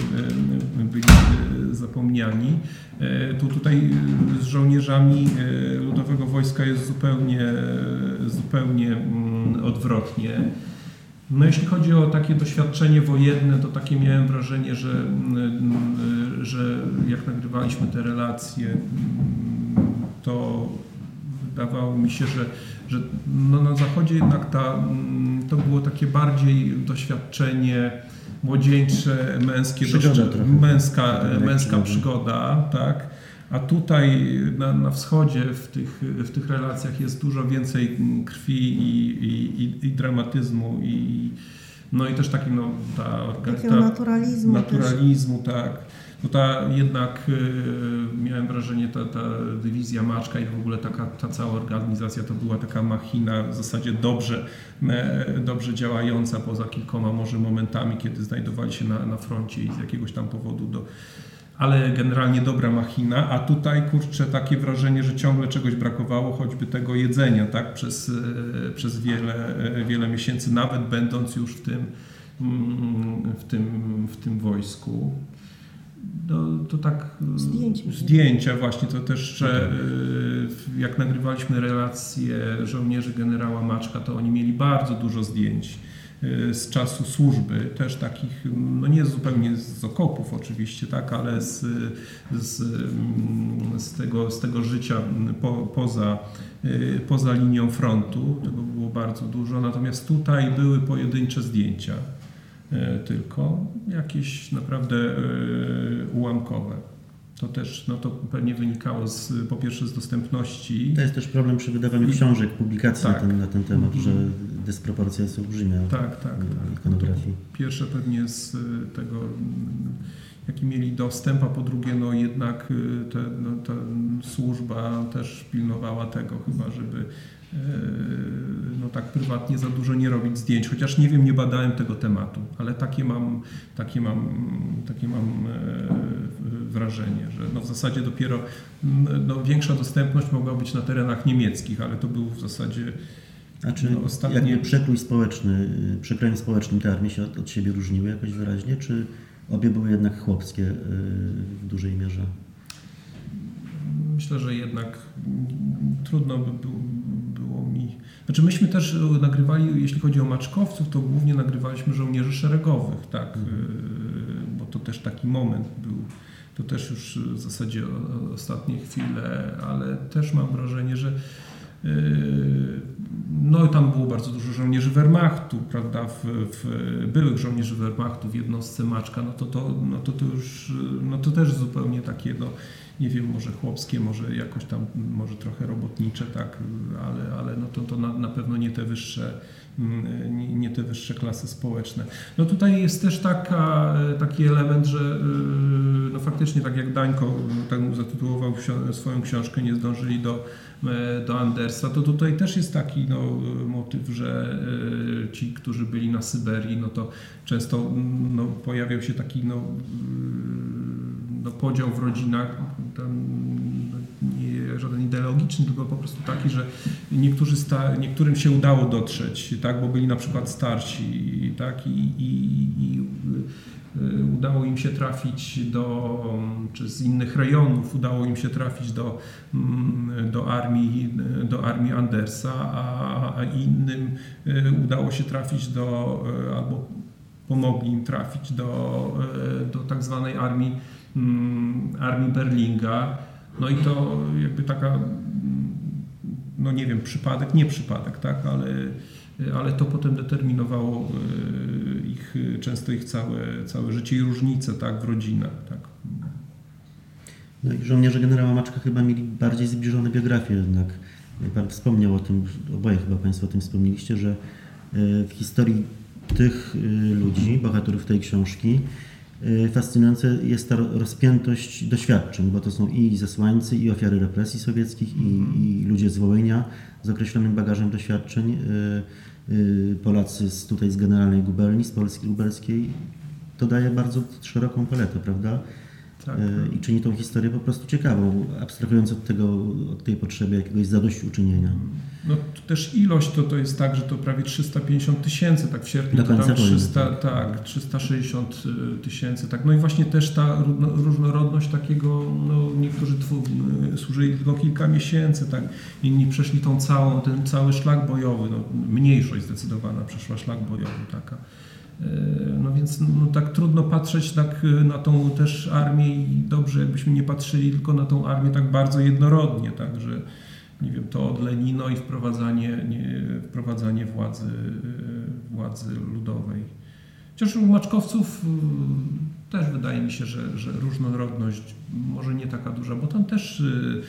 zapomniani. Tutaj z żołnierzami Ludowego Wojska jest zupełnie odwrotnie. Jeśli chodzi o takie doświadczenie wojenne, to takie miałem wrażenie, że jak nagrywaliśmy te relacje, to wydawało mi się, że na zachodzie jednak to było takie bardziej doświadczenie młodzieńcze, męskie, męska przygoda, tak? A tutaj na wschodzie w tych relacjach jest dużo więcej krwi i dramatyzmu no i też takiego takiego naturalizmu, tak. No jednak miałem wrażenie, ta dywizja Maczka i w ogóle ta cała organizacja to była taka machina w zasadzie dobrze działająca poza kilkoma może momentami, kiedy znajdowali się na froncie i z jakiegoś tam powodu ale generalnie dobra machina, a tutaj kurczę takie wrażenie, że ciągle czegoś brakowało, choćby tego jedzenia, tak, przez wiele miesięcy, nawet będąc już w tym wojsku. To tak zdjęcia właśnie, to też jak nagrywaliśmy relacje żołnierzy generała Maczka, to oni mieli bardzo dużo zdjęć z czasu służby, też takich, no nie zupełnie z okopów oczywiście, tak, ale z tego życia poza linią frontu, tego było bardzo dużo, natomiast tutaj były pojedyncze zdjęcia tylko, jakieś naprawdę ułamkowe. To też, to pewnie wynikało po pierwsze z dostępności. To jest też problem przy wydawaniu książek, publikacji na ten temat, że dysproporcja jest olbrzymia w ikonografii. Pierwsze pewnie z tego, jaki mieli dostęp, a po drugie, jednak ta służba też pilnowała tego chyba, żeby tak prywatnie za dużo nie robić zdjęć, chociaż nie wiem, nie badałem tego tematu, ale takie mam wrażenie, że w zasadzie dopiero większa dostępność mogła być na terenach niemieckich, ale to był w zasadzie A czy jakby przekrojem społecznym te armie się od siebie różniły jakoś wyraźnie, czy obie były jednak chłopskie w dużej mierze? Myślę, że jednak trudno by było mi... Znaczy myśmy też nagrywali, jeśli chodzi o maczkowców, to głównie nagrywaliśmy żołnierzy szeregowych, tak, bo to też taki moment był. To też już w zasadzie ostatnie chwile, ale też mam wrażenie, że tam było bardzo dużo żołnierzy Wehrmachtu, prawda, byłych żołnierzy Wehrmachtu w jednostce Maczka, to już, to też zupełnie takie, nie wiem, może chłopskie, może jakoś tam, może trochę robotnicze, tak, ale to na pewno nie te wyższe klasy społeczne. Tutaj jest też taki element, że faktycznie, tak jak Dańko zatytułował swoją książkę, nie zdążyli do Andersa, to tutaj też jest taki motyw, że ci, którzy byli na Syberii, to często pojawiał się taki podział w rodzinach, nie żaden ideologiczny, tylko po prostu taki, że niektórym się udało dotrzeć, tak, bo byli na przykład starsi, tak, i udało im się trafić czy z innych rejonów udało im się trafić do armii Andersa, a innym udało się trafić albo pomogli im trafić do tak zwanej armii Berlinga. I to jakby taka, nie wiem, nie przypadek, tak, ale to potem determinowało często ich całe życie i różnice, tak, w rodzinach, tak. I żołnierze generała Maczka chyba mieli bardziej zbliżone biografie jednak. Pan wspomniał o tym, oboje chyba Państwo o tym wspomnieliście, że w historii tych ludzi, bohaterów tej książki, fascynująca jest ta rozpiętość doświadczeń, bo to są i zesłańcy, i ofiary represji sowieckich, i ludzie z Wołynia z określonym bagażem doświadczeń, Polacy tutaj z Generalnej Gubernii, z Polski Lubelskiej. To daje bardzo szeroką paletę, prawda? Tak. I czyni tą historię po prostu ciekawą, abstrahując od tej potrzeby jakiegoś zadośćuczynienia. Też ilość to jest tak, że to prawie 350 000, tak w sierpniu to tam 360 000, tak. I właśnie też ta różnorodność takiego, niektórzy służyli tylko kilka miesięcy, tak, inni przeszli ten cały szlak bojowy, mniejszość zdecydowana przeszła szlak bojowy, taka. Więc tak trudno patrzeć na tą też armię i dobrze, jakbyśmy nie patrzyli tylko na tą armię tak bardzo jednorodnie, tak, że nie wiem, to od Lenino i wprowadzanie władzy ludowej. Chociaż u maczkowców też wydaje mi się, że różnorodność może nie taka duża, bo tam też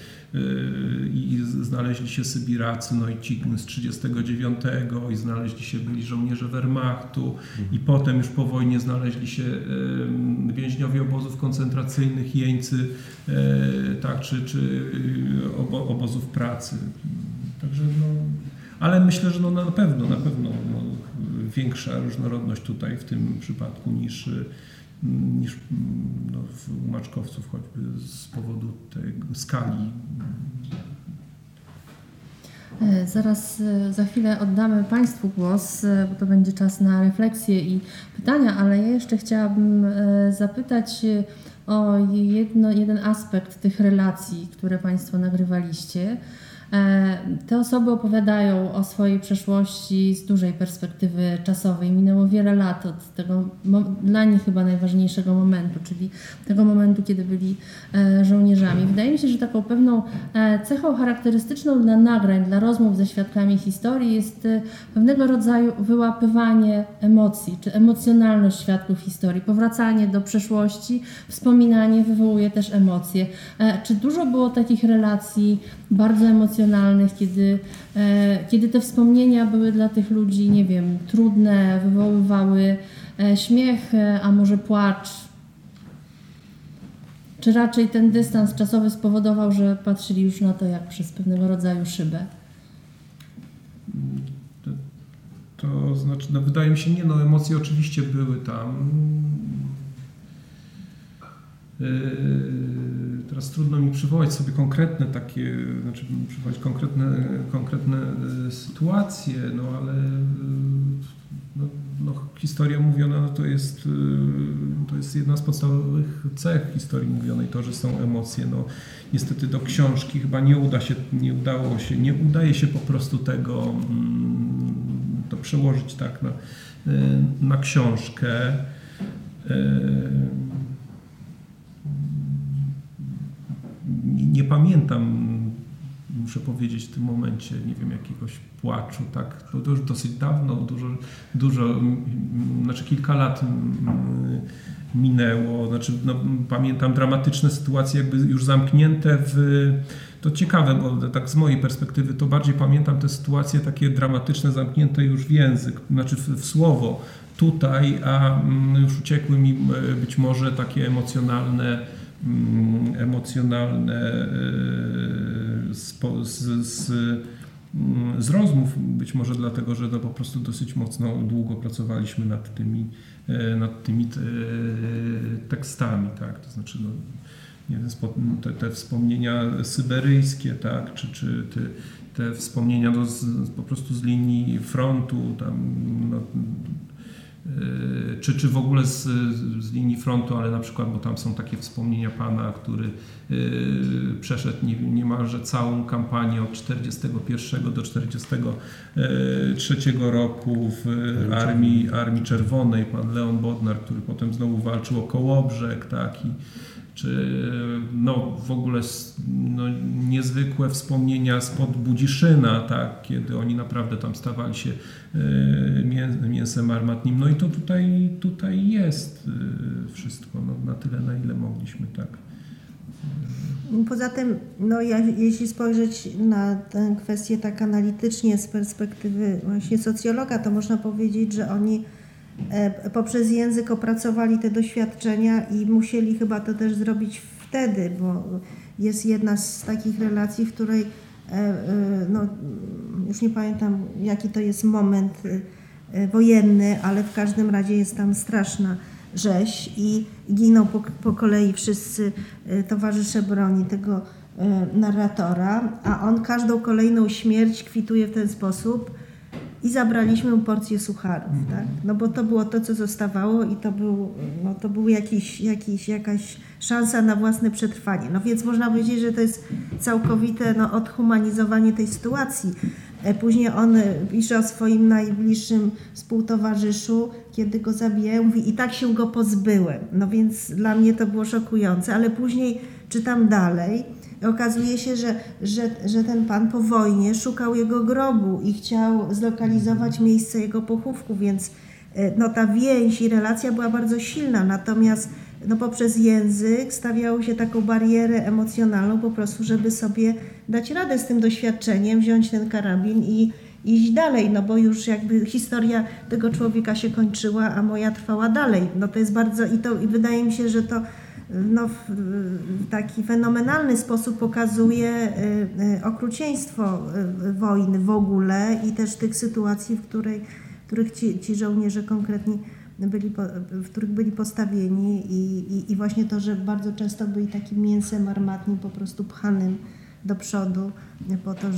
i znaleźli się Sybiracy, no i ci z 1939 i znaleźli się byli żołnierze Wehrmachtu i potem już po wojnie znaleźli się więźniowie obozów koncentracyjnych, jeńcy, tak, czy obozów pracy. Także ale myślę, że na pewno większa różnorodność tutaj w tym przypadku niż u Maczkowców, choćby z powodu tej skali. Zaraz, za chwilę oddamy Państwu głos, bo to będzie czas na refleksję i pytania, ale ja jeszcze chciałabym zapytać o jeden aspekt tych relacji, które Państwo nagrywaliście. Te osoby opowiadają o swojej przeszłości z dużej perspektywy czasowej. Minęło wiele lat od tego dla nich chyba najważniejszego momentu, czyli tego momentu, kiedy byli żołnierzami. Wydaje mi się, że taką pewną cechą charakterystyczną dla nagrań, dla rozmów ze świadkami historii jest pewnego rodzaju wyłapywanie emocji, czy emocjonalność świadków historii, powracanie do przeszłości, wspominanie wywołuje też emocje. Czy dużo było takich relacji bardzo emocjonalnych, kiedy te wspomnienia były dla tych ludzi, nie wiem, trudne, wywoływały śmiech, a może płacz? Czy raczej ten dystans czasowy spowodował, że patrzyli już na to jak przez pewnego rodzaju szybę? To znaczy, wydaje mi się, emocje oczywiście były tam. Teraz trudno mi przywołać sobie konkretne takie, przywołać konkretne sytuacje, ale historia mówiona to jest jedna z podstawowych cech historii mówionej, to, że są emocje. Niestety do książki chyba nie udaje się po prostu tego to przełożyć tak na książkę. Nie pamiętam, muszę powiedzieć w tym momencie, nie wiem, jakiegoś płaczu, tak, to już dosyć dawno, kilka lat minęło, pamiętam dramatyczne sytuacje jakby już zamknięte to ciekawe, bo tak z mojej perspektywy to bardziej pamiętam te sytuacje takie dramatyczne, zamknięte już w język, w słowo tutaj, a już uciekły mi być może takie emocjonalne z rozmów, być może dlatego, że po prostu dosyć mocno długo pracowaliśmy nad tymi tekstami, tak, to znaczy nie wiem, te wspomnienia syberyjskie, tak, czy te wspomnienia po prostu z linii frontu, tam, czy w ogóle z linii frontu, ale na przykład, bo tam są takie wspomnienia pana, który przeszedł niemalże całą kampanię od 1941 do 1943 roku w Armii Czerwonej, pan Leon Bodnar, który potem znowu walczył o Kołobrzeg, tak, czy w ogóle niezwykłe wspomnienia spod Budziszyna, tak, kiedy oni naprawdę tam stawali się mięsem armatnim. I to tutaj jest wszystko, na tyle, na ile mogliśmy, tak. Poza tym, jeśli spojrzeć na tę kwestię tak analitycznie z perspektywy właśnie socjologa, to można powiedzieć, że oni poprzez język opracowali te doświadczenia i musieli chyba to też zrobić wtedy, bo jest jedna z takich relacji, w której już nie pamiętam, jaki to jest moment wojenny, ale w każdym razie jest tam straszna rzeź i giną po kolei wszyscy towarzysze broni tego narratora, a on każdą kolejną śmierć kwituje w ten sposób: i zabraliśmy mu porcję sucharów, tak? Bo to było to, co zostawało i to był jakaś szansa na własne przetrwanie. Więc można powiedzieć, że to jest całkowite odhumanizowanie tej sytuacji. Później on pisze o swoim najbliższym współtowarzyszu, kiedy go zabijają, mówi: i tak się go pozbyłem. Więc dla mnie to było szokujące, ale później czytam dalej. Okazuje się, że ten pan po wojnie szukał jego grobu i chciał zlokalizować miejsce jego pochówku, więc ta więź i relacja była bardzo silna. Natomiast no poprzez język stawiało się taką barierę emocjonalną po prostu, żeby sobie dać radę z tym doświadczeniem, wziąć ten karabin i iść dalej, no bo już jakby historia tego człowieka się kończyła, a moja trwała dalej. No to jest bardzo, i wydaje mi się, że to no, w taki fenomenalny sposób pokazuje okrucieństwo wojny w ogóle i też tych sytuacji, w których ci żołnierze konkretni w których byli postawieni i właśnie to, że bardzo często byli takim mięsem armatnim po prostu pchanym do przodu po to,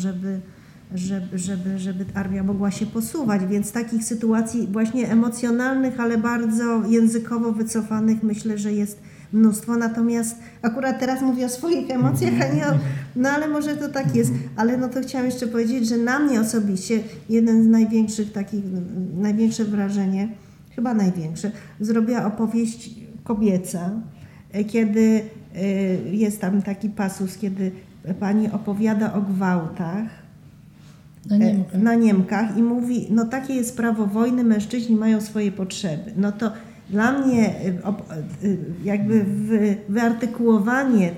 żeby armia mogła się posuwać, więc takich sytuacji właśnie emocjonalnych, ale bardzo językowo wycofanych myślę, że jest mnóstwo, natomiast akurat teraz mówię o swoich emocjach, a nie o, no ale może to tak jest, ale no to chciałam jeszcze powiedzieć, że na mnie osobiście jeden z największych takich, największe wrażenie, chyba największe, zrobiła opowieść kobieca, kiedy jest tam taki pasus, kiedy pani opowiada o gwałtach na Niemkach i mówi, no takie jest prawo wojny, mężczyźni mają swoje potrzeby. No to dla mnie jakby wyartykułowanie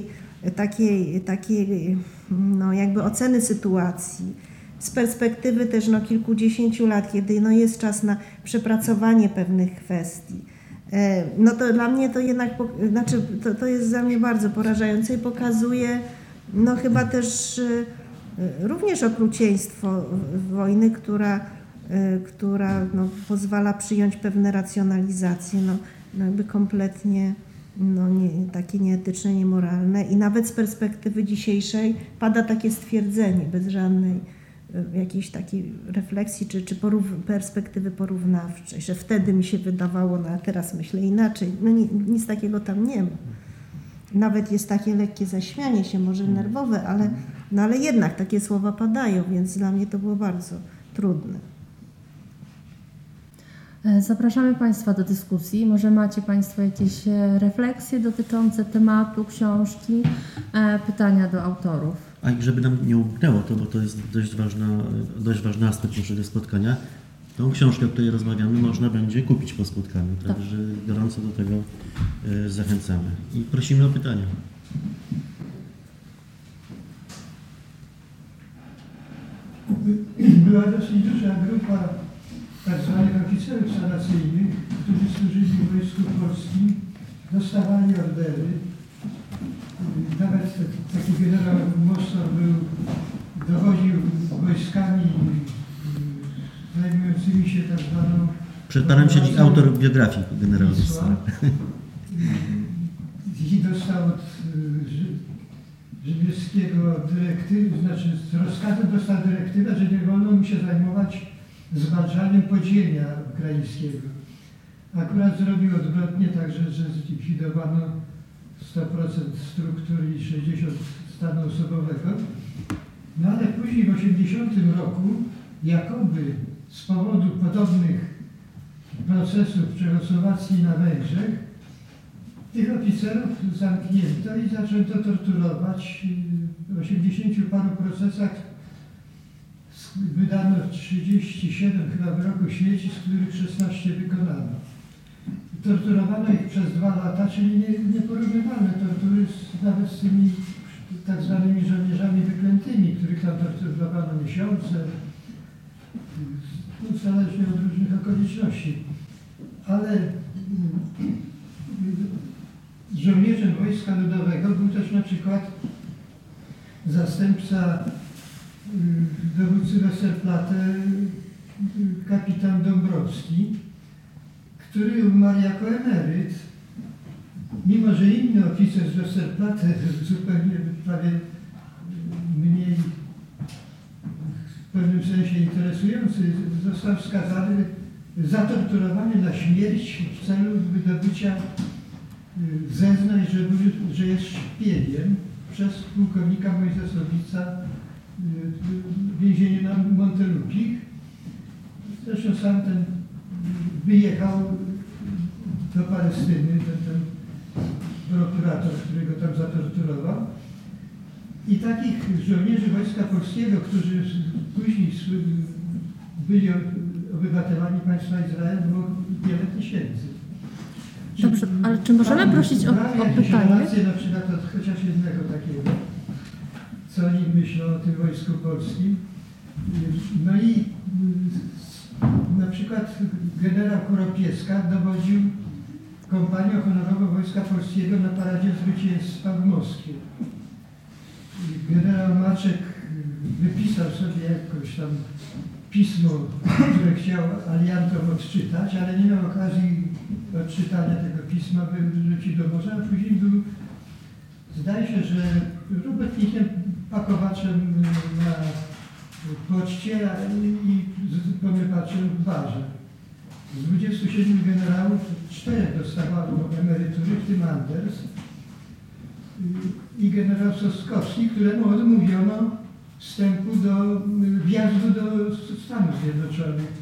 takiej no jakby oceny sytuacji z perspektywy też no kilkudziesięciu lat, kiedy no jest czas na przepracowanie pewnych kwestii, no to dla mnie to jednak, znaczy to jest dla mnie bardzo porażające i pokazuje no chyba też również okrucieństwo wojny, która no, pozwala przyjąć pewne racjonalizacje, no jakby kompletnie no, takie nieetyczne, niemoralne i nawet z perspektywy dzisiejszej pada takie stwierdzenie bez żadnej jakiejś takiej refleksji czy perspektywy porównawczej, że wtedy mi się wydawało, no a teraz myślę inaczej. No nic takiego tam nie ma. Nawet jest takie lekkie zaśmianie się, może nerwowe, ale jednak takie słowa padają, więc dla mnie to było bardzo trudne. Zapraszamy Państwa do dyskusji. Może macie Państwo jakieś refleksje dotyczące tematu, książki, pytania do autorów. A i żeby nam nie umknęło to, bo to jest dość ważny aspekt naszego spotkania, tą książkę, o której rozmawiamy, można będzie kupić po spotkaniu, także gorąco do tego zachęcamy. I prosimy o pytania. Była dosyć duża grupa tak zwanych oficerów sanacyjnych, którzy służyli w Wojsku Polskim, dostawali ordery. Nawet taki generał Mosor dowodził wojskami zajmującymi się tak zwaną... Przed panem siedzi autor biografii generała Mossora. I dostał od Żywierskiego dyrektywę, znaczy z rozkazem dostał dyrektywę, że nie wolno mu się zajmować zwalczaniem podziemia ukraińskiego. Akurat zrobił odwrotnie, także że zlikwidowano 100% struktury i 60% stanu osobowego. No ale później w 1980 roku jakoby z powodu podobnych procesów w Czechosłowacji i na Węgrzech tych oficerów zamknięto i zaczęto torturować. W 80 paru procesach wydano 37 chyba wyroków śmierci, z których 16 wykonano. Torturowano ich przez 2 lata, czyli nieporównywalne tortury nawet z tymi tak zwanymi żołnierzami wyklętymi, których tam torturowano miesiące, zależnie od różnych okoliczności. Ale żołnierzem Wojska Ludowego był też na przykład zastępca dowódcy Westerplatte, kapitan Dąbrowski, który umarł jako emeryt, mimo że inny oficer z Westerplatte, zupełnie prawie mniej w pewnym sensie interesujący, został skazany, zatorturowany na śmierć w celu wydobycia zeznań, że jest szpiegiem przez pułkownika Mojżeszowica w więzieniu na Montelupich. Zresztą sam ten wyjechał do Palestyny, ten prokurator, który go tam zatorturował. I takich żołnierzy Wojska Polskiego, którzy później byli obywatelami państwa Izrael, było wiele tysięcy. Dobrze, ale czy możemy prosić o pytanie? Relacje na przykład od chociaż jednego takiego, co oni myślą o tym Wojsku Polskim. No i na przykład generał Koropieska dowodził kompanią honorową Wojska Polskiego na paradzie zwycięstwa w Moskwie. Generał Maczek wypisał sobie jakoś tam pismo, które chciał aliantom odczytać, ale nie miał okazji odczytania tego pisma, wyrzucił do morza, a później był, zdaje się, że robotnikiem, pakowaczem na poczcie i pomywaczem w barze. Z 27 generałów 4 dostawało emerytury, w tym Anders i generał Soskowski, któremu odmówiono wstępu do wjazdu do Stanów Zjednoczonych.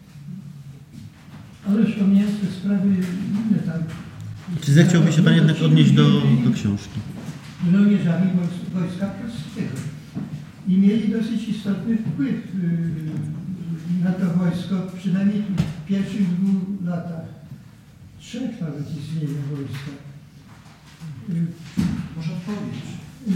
Ależ pomijając te sprawy inne tam. Czy zechciałby się Pan jednak odnieść do książki? Żołnierzami Wojska Polskiego. I mieli dosyć istotny wpływ na to wojsko, przynajmniej w pierwszych 2 latach. 3 nawet istnienia wojska. Może odpowiedź.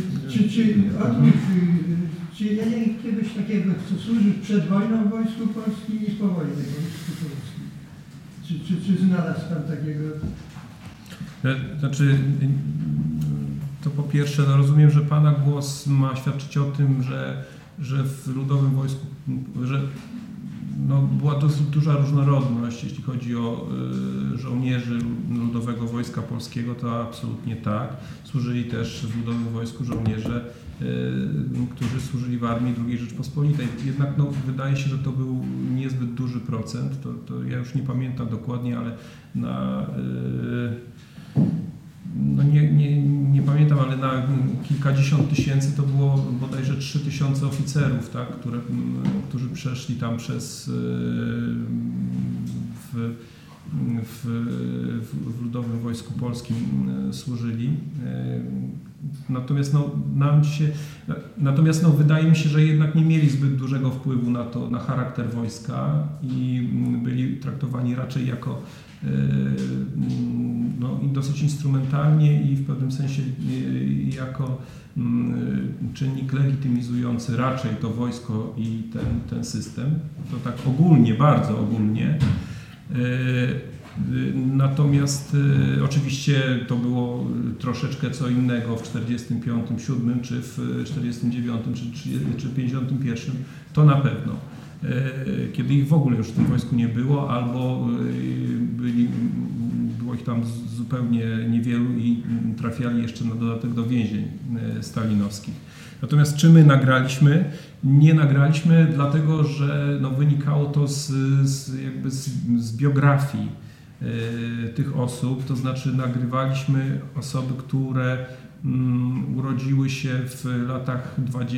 Czy jakiegoś takiego, co służył przed wojną w Wojsku Polskim i po wojnie w Wojsku Polskim? Czy znalazł Pan takiego? Znaczy, to po pierwsze, no rozumiem, że Pana głos ma świadczyć o tym, że w Ludowym Wojsku, że no, była dosyć duża różnorodność, jeśli chodzi o żołnierzy Ludowego Wojska Polskiego, to absolutnie tak. Służyli też w Ludowym Wojsku żołnierze, którzy służyli w Armii II Rzeczpospolitej. Jednak no, wydaje się, że to był niezbyt duży procent, to ja już nie pamiętam dokładnie, ale no nie pamiętam, ale na kilkadziesiąt tysięcy to było bodajże 3000 oficerów, tak, którzy przeszli tam przez w Ludowym Wojsku Polskim służyli. Natomiast wydaje mi się, że jednak nie mieli zbyt dużego wpływu na charakter wojska i byli traktowani raczej jako i dosyć instrumentalnie i w pewnym sensie jako czynnik legitymizujący raczej to wojsko i ten system. To tak ogólnie, bardzo ogólnie. Natomiast oczywiście to było troszeczkę co innego w 45, 7 czy w 49 czy 51, to na pewno. Kiedy ich w ogóle już w tym wojsku nie było, albo było ich tam zupełnie niewielu i trafiali jeszcze na dodatek do więzień stalinowskich. Natomiast czy my nagraliśmy? Nie nagraliśmy, dlatego że wynikało to z biografii tych osób, to znaczy nagrywaliśmy osoby, które urodziły się w latach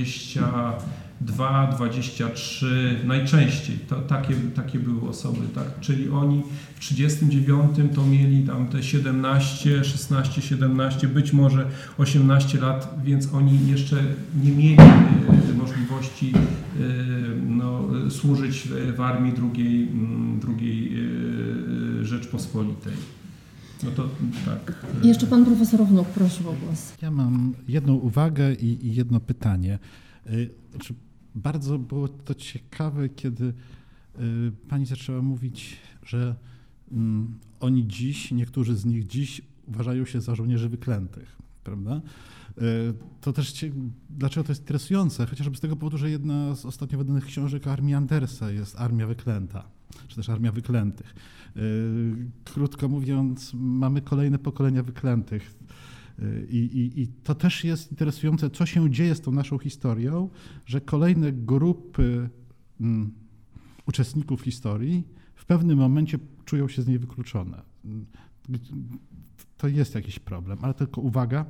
22, 23, najczęściej takie były osoby, tak? Czyli oni w 39 to mieli tam te 17, 16, 17, być może 18 lat, więc oni jeszcze nie mieli możliwości służyć w Armii II Rzeczpospolitej. No to tak. Jeszcze pan profesor Wnuk, proszę o głos. Ja mam jedną uwagę i jedno pytanie. Bardzo było to ciekawe, kiedy pani zaczęła mówić, że oni dziś, niektórzy z nich dziś uważają się za żołnierzy wyklętych, prawda? To też, dlaczego to jest interesujące? Chociażby z tego powodu, że jedna z ostatnio wydanych książek Armii Andersa jest Armia Wyklęta, czy też Armia Wyklętych. Krótko mówiąc, mamy kolejne pokolenia wyklętych. I to też jest interesujące, co się dzieje z tą naszą historią, że kolejne grupy uczestników historii w pewnym momencie czują się z niej wykluczone. To jest jakiś problem, ale tylko uwaga.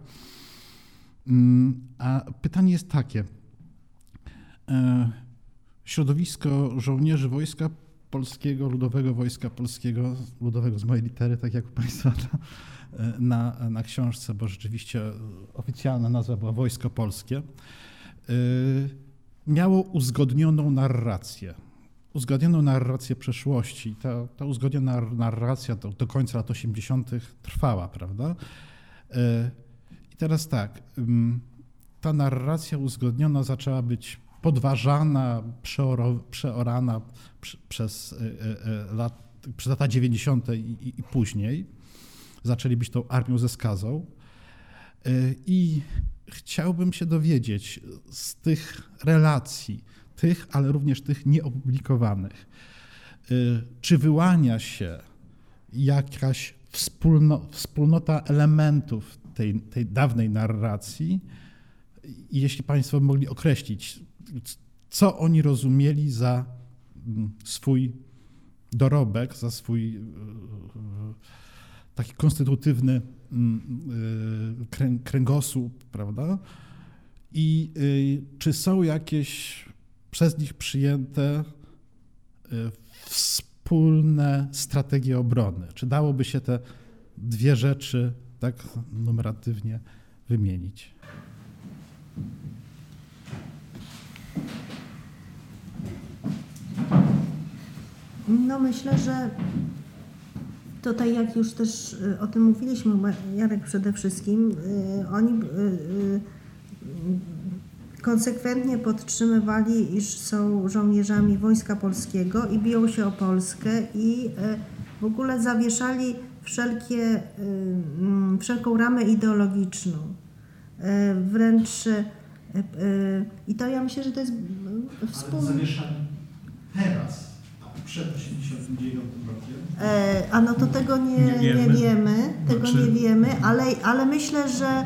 A pytanie jest takie. Środowisko żołnierzy Wojska Polskiego, Ludowego Wojska Polskiego, ludowego z mojej litery, tak jak u Państwa na książce, bo rzeczywiście oficjalna nazwa była Wojsko Polskie, miało uzgodnioną narrację. uzgodnioną narrację przeszłości. Ta uzgodniona narracja do końca lat 80. trwała, prawda? I teraz tak, ta narracja uzgodniona zaczęła być podważana, przeorana przez lata 90. i później. Zaczęli być tą armią ze skazą. I chciałbym się dowiedzieć z tych relacji, ale również tych nieopublikowanych, czy wyłania się jakaś wspólnota elementów tej dawnej narracji i jeśli Państwo mogli określić, co oni rozumieli za swój dorobek, za swój taki konstytutywny kręgosłup, prawda? I czy są jakieś przez nich przyjęte wspólne strategie obrony? Czy dałoby się te dwie rzeczy tak numeratywnie wymienić? No myślę, że tutaj jak już też o tym mówiliśmy, Jarek przede wszystkim, oni konsekwentnie podtrzymywali, iż są żołnierzami Wojska Polskiego i biją się o Polskę i w ogóle zawieszali wszelką ramę ideologiczną. Wręcz i to ja myślę, że to jest wspólne. Zawieszali teraz, a przed 89 rokiem? A no to tego nie wiemy, nie wiemy, ale myślę, że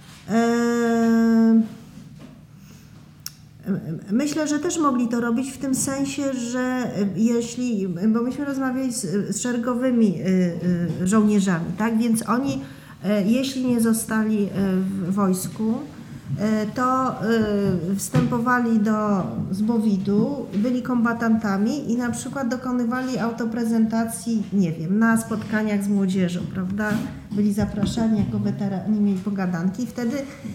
myślę, że też mogli to robić w tym sensie, że bo myśmy rozmawiali z szeregowymi żołnierzami, tak, więc oni, jeśli nie zostali w wojsku, to wstępowali do ZBOWiD-u, byli kombatantami i na przykład dokonywali autoprezentacji, nie wiem, na spotkaniach z młodzieżą, prawda? Byli zapraszani jako weterani, mieli pogadanki. Wtedy,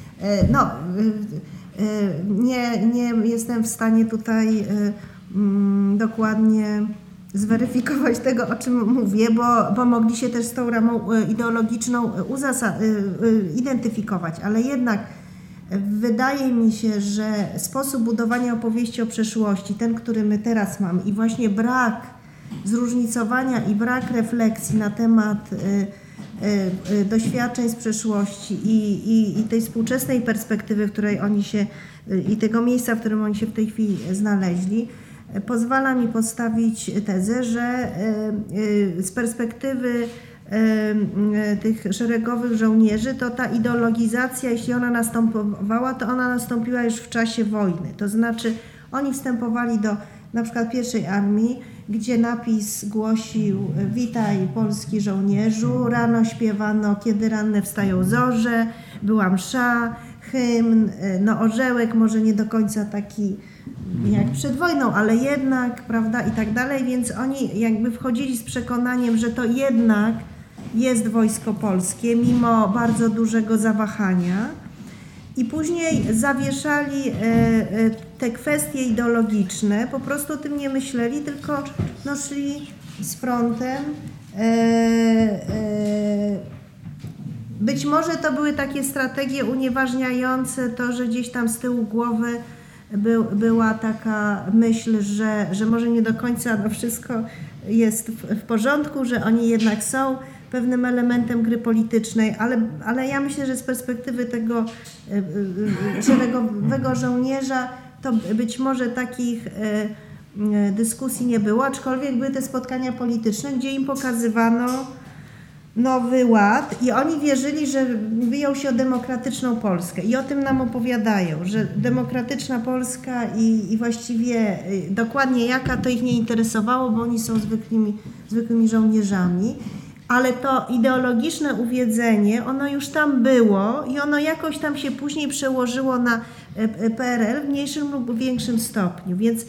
nie jestem w stanie tutaj dokładnie zweryfikować tego, o czym mówię, bo mogli się też z tą ramą ideologiczną identyfikować, ale jednak wydaje mi się, że sposób budowania opowieści o przeszłości, ten, który my teraz mamy i właśnie brak zróżnicowania i brak refleksji na temat doświadczeń z przeszłości i tej współczesnej perspektywy, w której oni się i tego miejsca, w którym oni się w tej chwili znaleźli, pozwala mi postawić tezę, że z perspektywy tych szeregowych żołnierzy, to ta ideologizacja, jeśli ona następowała, to ona nastąpiła już w czasie wojny. To znaczy oni wstępowali do na przykład pierwszej armii, gdzie napis głosił: witaj polski żołnierzu, rano śpiewano kiedy ranne wstają zorze, była msza, hymn, no orzełek może nie do końca taki jak przed wojną, ale jednak, prawda, i tak dalej, więc oni jakby wchodzili z przekonaniem, że to jednak jest Wojsko Polskie, mimo bardzo dużego zawahania. I później zawieszali te kwestie ideologiczne, po prostu o tym nie myśleli, tylko no, szli z frontem. Być może to były takie strategie unieważniające to, że gdzieś tam z tyłu głowy była taka myśl, że może nie do końca no, wszystko jest w porządku, że oni jednak są pewnym elementem gry politycznej, ale ja myślę, że z perspektywy tego szeregowego żołnierza to być może takich dyskusji nie było, aczkolwiek były te spotkania polityczne, gdzie im pokazywano nowy ład i oni wierzyli, że biją się o demokratyczną Polskę i o tym nam opowiadają, że demokratyczna Polska i właściwie dokładnie jaka, to ich nie interesowało, bo oni są zwykłymi żołnierzami. Ale to ideologiczne uwiedzenie, ono już tam było i ono jakoś tam się później przełożyło na PRL w mniejszym lub większym stopniu, więc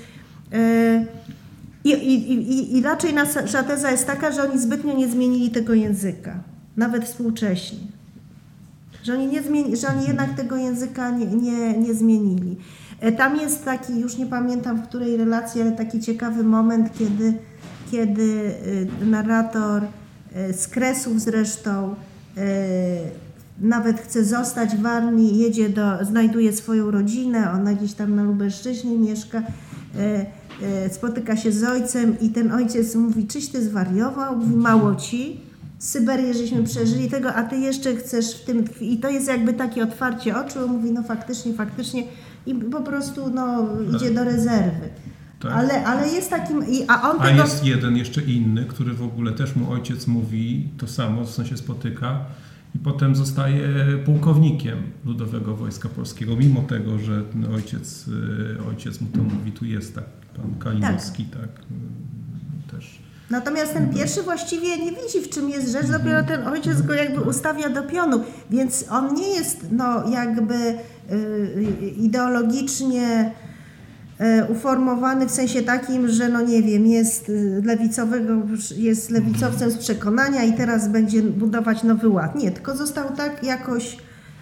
i raczej nasza teza jest taka, że oni zbytnio nie zmienili tego języka, nawet współcześnie, że oni jednak tego języka nie zmienili. Tam jest taki, już nie pamiętam w której relacji, ale taki ciekawy moment, kiedy narrator z Kresów zresztą nawet chce zostać w armii, znajduje swoją rodzinę, ona gdzieś tam na Lubelszczyźnie mieszka, spotyka się z ojcem i ten ojciec mówi, czyś ty zwariował? Mówi, mało ci, Syberię żeśmy przeżyli tego, a ty jeszcze chcesz w tym tkwi. I to jest jakby takie otwarcie oczu, on mówi, no faktycznie i po prostu idzie do rezerwy. Tak. Ale jest takim... Jest jeden jeszcze inny, który w ogóle też mu ojciec mówi to samo, w sensie spotyka i potem zostaje pułkownikiem Ludowego Wojska Polskiego, mimo tego, że ten ojciec mu to mówi, tu jest tak, pan Kalinowski, tak też. Natomiast ten pierwszy właściwie nie widzi, w czym jest rzecz, dopiero ten ojciec go jakby ustawia do pionu, więc on nie jest jakby ideologicznie uformowany w sensie takim, że jest jest lewicowcem z przekonania i teraz będzie budować nowy ład. Nie, tylko został tak jakoś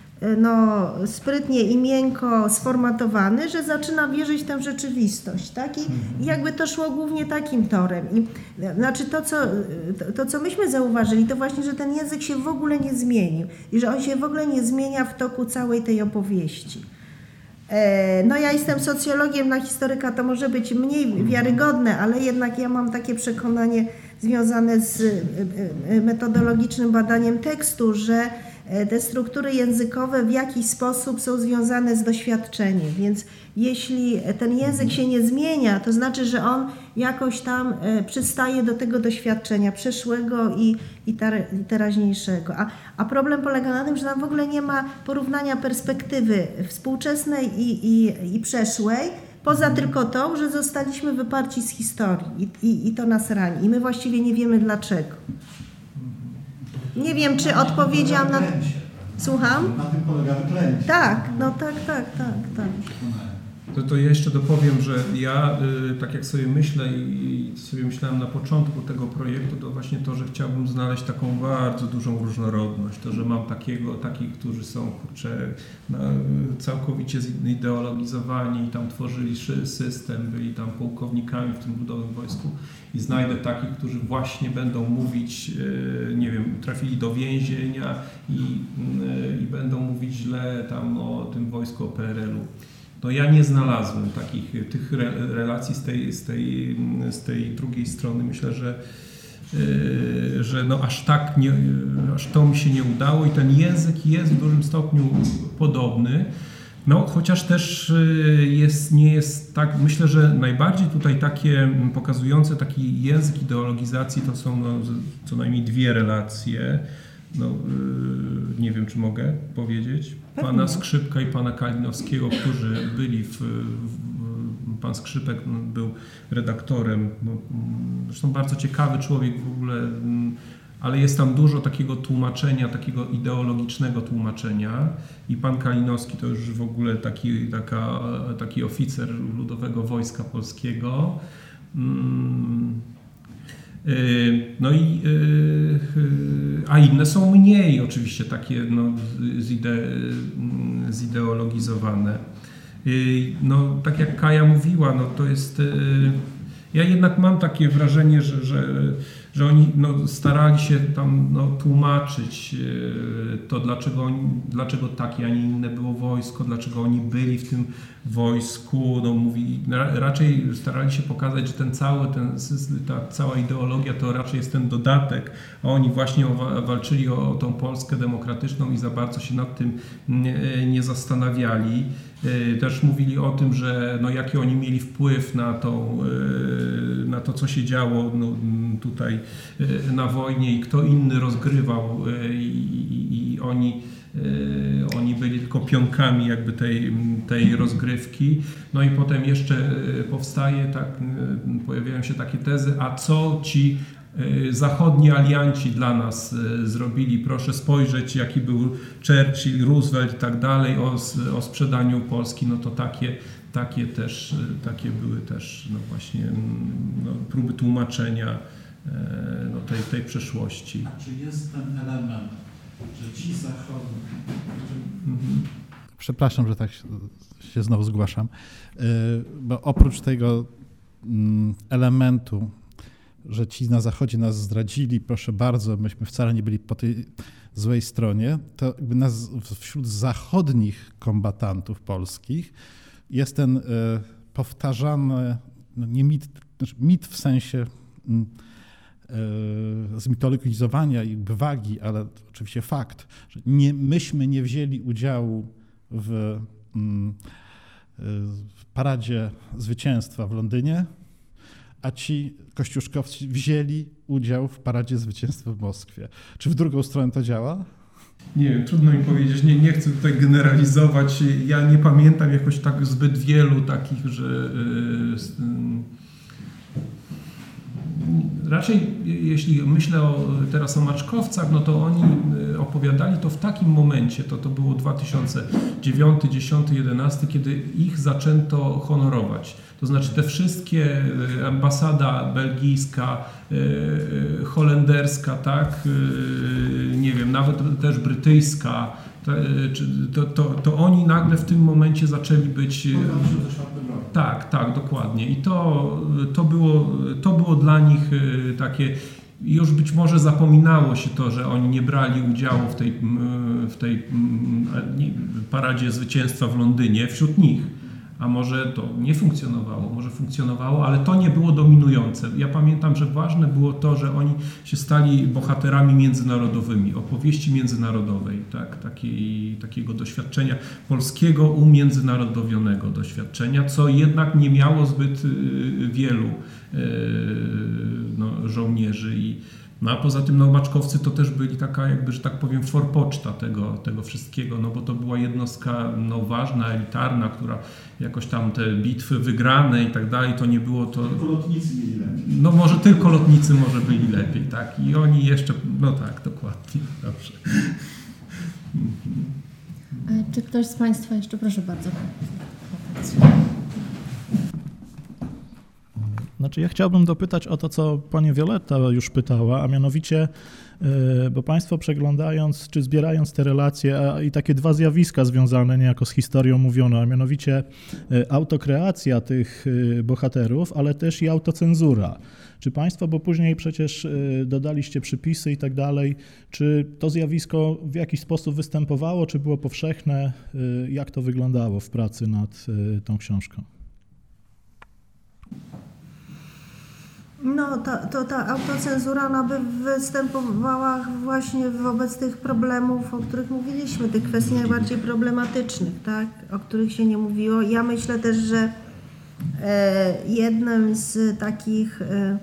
sprytnie i miękko sformatowany, że zaczyna wierzyć w tę rzeczywistość, tak? I jakby to szło głównie takim torem. I znaczy to, co myśmy zauważyli, to właśnie, że ten język się w ogóle nie zmienił i że on się w ogóle nie zmienia w toku całej tej opowieści. Ja jestem socjologiem, na historyka to może być mniej wiarygodne, ale jednak ja mam takie przekonanie związane z metodologicznym badaniem tekstu, że te struktury językowe w jakiś sposób są związane z doświadczeniem, więc jeśli ten język się nie zmienia, to znaczy, że on jakoś tam przystaje do tego doświadczenia przeszłego i teraźniejszego. A problem polega na tym, że nam w ogóle nie ma porównania perspektywy współczesnej i przeszłej, poza tylko tą, że zostaliśmy wyparci z historii i to nas rani. I my właściwie nie wiemy dlaczego. Nie wiem, czy odpowiedziałam na... Słucham? Na tym polega wyklęcie. Tak, tak. To ja jeszcze dopowiem, że ja tak jak sobie myślę i sobie myślałem na początku tego projektu, to właśnie to, że chciałbym znaleźć taką bardzo dużą różnorodność, to, że mam takich, którzy są całkowicie zideologizowani i tam tworzyli system, byli tam pułkownikami w tym Ludowym Wojsku i znajdę takich, którzy właśnie będą mówić, nie wiem, trafili do więzienia i będą mówić źle tam o tym wojsku, o PRL-u. No ja nie znalazłem tych relacji z tej drugiej strony. Myślę, że aż to mi się nie udało i ten język jest w dużym stopniu podobny. Chociaż też nie jest tak, myślę, że najbardziej tutaj takie pokazujące taki język ideologizacji to są co najmniej dwie relacje. Nie wiem, czy mogę powiedzieć. Pana Skrzypka i pana Kalinowskiego, którzy byli pan Skrzypek był redaktorem, zresztą bardzo ciekawy człowiek w ogóle, ale jest tam dużo takiego tłumaczenia, takiego ideologicznego tłumaczenia i pan Kalinowski to już w ogóle taki oficer Ludowego Wojska Polskiego. A inne są mniej oczywiście takie zideologizowane. Tak jak Kaja mówiła, to jest... Ja jednak mam takie wrażenie, że oni starali się tam tłumaczyć to, dlaczego takie, a nie inne było wojsko, dlaczego oni byli w tym wojsku. Raczej starali się pokazać, że ta cała ideologia to raczej jest ten dodatek, a oni właśnie walczyli o tą Polskę demokratyczną i za bardzo się nad tym nie zastanawiali. Też mówili o tym, że jaki oni mieli wpływ na to, co się działo tutaj na wojnie i kto inny rozgrywał i oni byli tylko pionkami jakby tej rozgrywki. I potem jeszcze pojawiają się takie tezy, a co ci zachodni alianci dla nas zrobili? Proszę spojrzeć, jaki był Churchill, Roosevelt i tak dalej o sprzedaniu Polski, to takie były też właśnie próby tłumaczenia tej przeszłości. A czy jest ten element, że ci zachodni, Przepraszam, że tak się znowu zgłaszam, bo oprócz tego elementu, że ci na Zachodzie nas zdradzili, proszę bardzo, myśmy wcale nie byli po tej złej stronie, to jakby wśród zachodnich kombatantów polskich jest ten powtarzany, nie mit, znaczy mit w sensie zmitologizowania i wagi, ale oczywiście fakt, że myśmy nie wzięli udziału w paradzie zwycięstwa w Londynie, a ci kościuszkowcy wzięli udział w paradzie zwycięstwa w Moskwie. Czy w drugą stronę to działa? Nie wiem, trudno mi powiedzieć, nie chcę tutaj generalizować. Ja nie pamiętam jakoś tak zbyt wielu takich, że raczej jeśli myślę teraz o maczkowcach, no to oni opowiadali to w takim momencie, to było 2009, 10, 11, kiedy ich zaczęto honorować. To znaczy te wszystkie, ambasada belgijska, holenderska, tak, nie wiem, nawet też brytyjska, to oni nagle w tym momencie zaczęli być... Tak, dokładnie. I to było dla nich takie... Już być może zapominało się to, że oni nie brali udziału w tej paradzie zwycięstwa w Londynie wśród nich. A może to nie funkcjonowało, może funkcjonowało, ale to nie było dominujące. Ja pamiętam, że ważne było to, że oni się stali bohaterami międzynarodowymi, opowieści międzynarodowej, tak? Takiego doświadczenia polskiego, umiędzynarodowionego doświadczenia, co jednak nie miało zbyt wielu żołnierzy. A poza tym maczkowcy to też byli taka jakby, że tak powiem, forpoczta tego wszystkiego, bo to była jednostka ważna, elitarna, która jakoś tam te bitwy wygrane i tak dalej, to nie było to... Tylko lotnicy mieli lepiej. Może tylko lotnicy może byli lepiej, tak. I oni jeszcze, tak, dokładnie, dobrze. Czy ktoś z Państwa jeszcze, proszę bardzo. Znaczy ja chciałbym dopytać o to, co pani Wioletta już pytała, a mianowicie, bo państwo przeglądając czy zbierając te relacje i takie dwa zjawiska związane niejako z historią mówiono, a mianowicie autokreacja tych bohaterów, ale też i autocenzura. Czy państwo, bo później przecież dodaliście przypisy i tak dalej, czy to zjawisko w jakiś sposób występowało, czy było powszechne? Jak to wyglądało w pracy nad tą książką? Ta autocenzura, ona by występowała właśnie wobec tych problemów, o których mówiliśmy, tych kwestii najbardziej problematycznych, tak, o których się nie mówiło. Ja myślę też, że jednym z takich,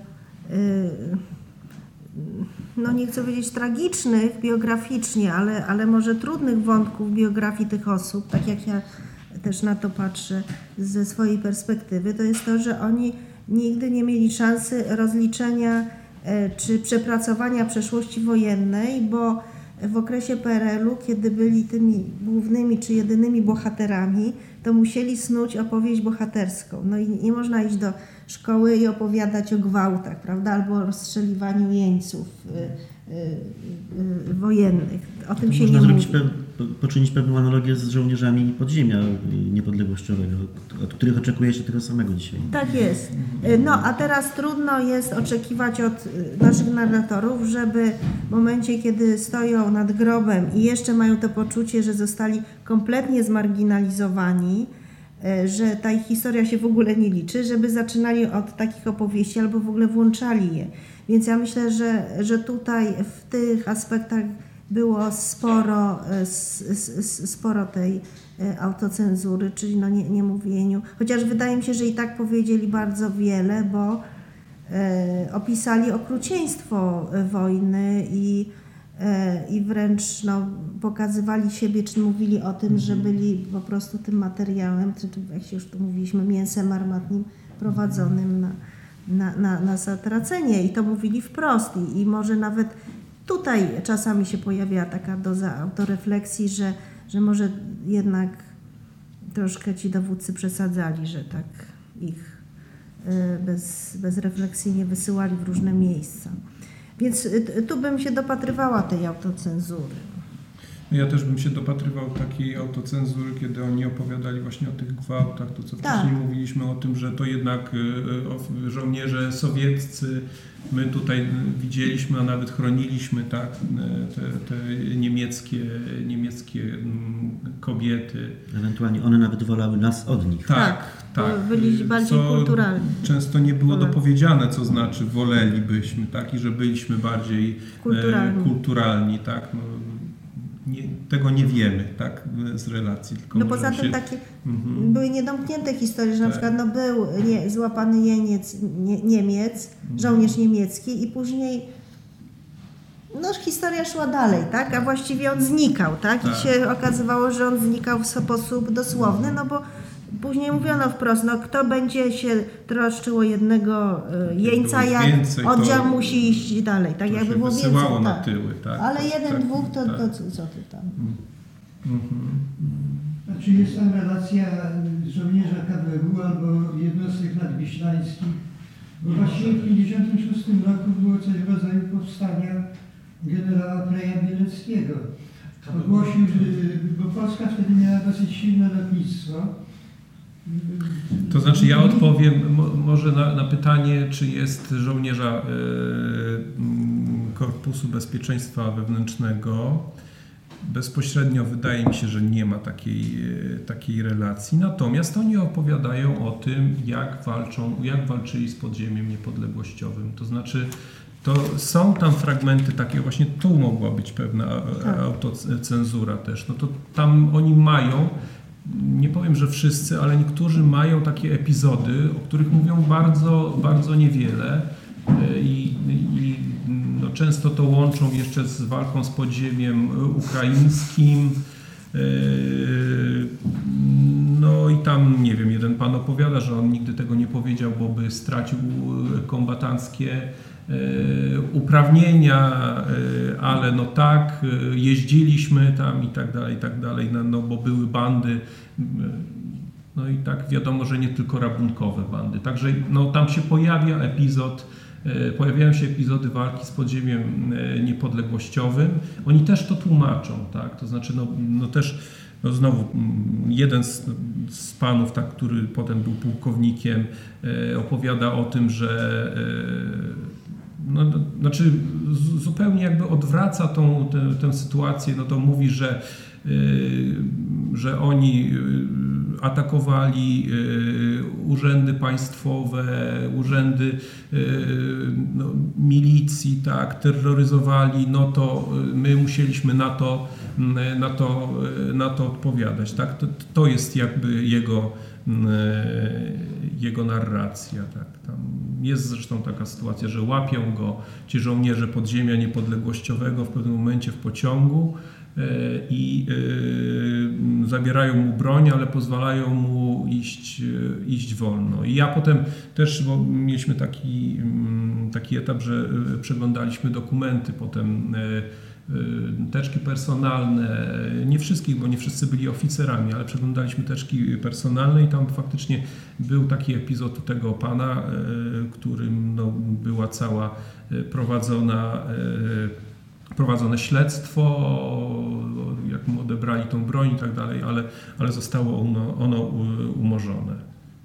nie chcę powiedzieć tragicznych biograficznie, ale może trudnych wątków biografii tych osób, tak jak ja też na to patrzę ze swojej perspektywy, to jest to, że oni nigdy nie mieli szansy rozliczenia czy przepracowania przeszłości wojennej, bo w okresie PRL-u, kiedy byli tymi głównymi czy jedynymi bohaterami, to musieli snuć opowieść bohaterską. No i nie można iść do szkoły i opowiadać o gwałtach, prawda, albo o rozstrzeliwaniu jeńców wojennych. O tym się nie mówi. Poczynić pewną analogię z żołnierzami podziemia niepodległościowego, od których oczekuje się tego samego dzisiaj. Tak jest. A teraz trudno jest oczekiwać od naszych narratorów, żeby w momencie, kiedy stoją nad grobem i jeszcze mają to poczucie, że zostali kompletnie zmarginalizowani, że ta ich historia się w ogóle nie liczy, żeby zaczynali od takich opowieści albo w ogóle włączali je. Więc ja myślę, że tutaj w tych aspektach było sporo tej autocenzury, czyli nie mówieniu. Chociaż wydaje mi się, że i tak powiedzieli bardzo wiele, bo opisali okrucieństwo wojny i wręcz pokazywali siebie, czy mówili o tym, że byli po prostu tym materiałem, czy jak się już tu mówiliśmy, mięsem armatnim prowadzonym na zatracenie. I to mówili wprost. I może nawet tutaj czasami się pojawiała taka doza autorefleksji, że może jednak troszkę ci dowódcy przesadzali, że tak ich bezrefleksyjnie wysyłali w różne miejsca. Więc tu bym się dopatrywała tej autocenzury. Ja też bym się dopatrywał takiej autocenzury, kiedy oni opowiadali właśnie o tych gwałtach, to co wcześniej mówiliśmy o tym, że to jednak żołnierze sowieccy, my tutaj widzieliśmy, a nawet chroniliśmy, tak, te niemieckie kobiety. Ewentualnie one nawet wolały nas od nich. Tak. Byli bardziej kulturalni. Często nie było dopowiedziane, co znaczy wolelibyśmy, tak, i że byliśmy bardziej kulturalni, tak. No, tego nie wiemy, tak, z relacji. Tylko no poza tym takie były niedomknięte historie, że na przykład był złapany Niemiec, żołnierz niemiecki i później historia szła dalej, tak, a właściwie on znikał, tak, i się okazywało, że on znikał w sposób dosłowny, no bo później mówiono wprost, kto będzie się troszczył o jednego jeńca, jak więcej, oddział musi iść dalej, tak, jakby było więcej. Na tyły, tak. Ale dwóch, to co ty tam? Znaczy jest tam relacja żołnierza KWU albo jednostek nadwiślańskich, bo właściwie w 1956 roku było coś w rodzaju powstania generała Preja Bieleckiego. Ogłosił, bo Polska wtedy miała dosyć silne lotnictwo. To znaczy ja odpowiem może na pytanie, czy jest żołnierza Korpusu Bezpieczeństwa Wewnętrznego. Bezpośrednio wydaje mi się, że nie ma takiej relacji. Natomiast oni opowiadają o tym, jak walczyli z podziemiem niepodległościowym. To znaczy są tam fragmenty takie, właśnie tu mogła być pewna autocenzura też. No to tam oni mają, nie powiem, że wszyscy, ale niektórzy mają takie epizody, o których mówią bardzo, bardzo niewiele i często to łączą jeszcze z walką z podziemiem ukraińskim. No i tam, nie wiem, jeden pan opowiada, że on nigdy tego nie powiedział, bo by stracił kombatanckie uprawnienia, ale jeździliśmy tam i tak dalej, bo były bandy, no i tak wiadomo, że nie tylko rabunkowe bandy, także tam się pojawiają się epizody walki z podziemiem niepodległościowym, oni też to tłumaczą, tak, to znaczy też znowu jeden z panów, tak, który potem był pułkownikiem, opowiada o tym, że zupełnie jakby odwraca tę sytuację, to mówi, że oni atakowali urzędy państwowe, urzędy milicji, tak, terroryzowali, to my musieliśmy na to odpowiadać, tak, to jest jakby jego narracja, tak. Tam jest zresztą taka sytuacja, że łapią go ci żołnierze podziemia niepodległościowego w pewnym momencie w pociągu i zabierają mu broń, ale pozwalają mu iść wolno. I ja potem też, bo mieliśmy taki etap, że przeglądaliśmy dokumenty, potem teczki personalne, nie wszystkich, bo nie wszyscy byli oficerami, ale przeglądaliśmy teczki personalne i tam faktycznie był taki epizod u tego pana, którym była cała prowadzone śledztwo, jak mu odebrali tą broń i tak dalej, ale zostało ono umorzone.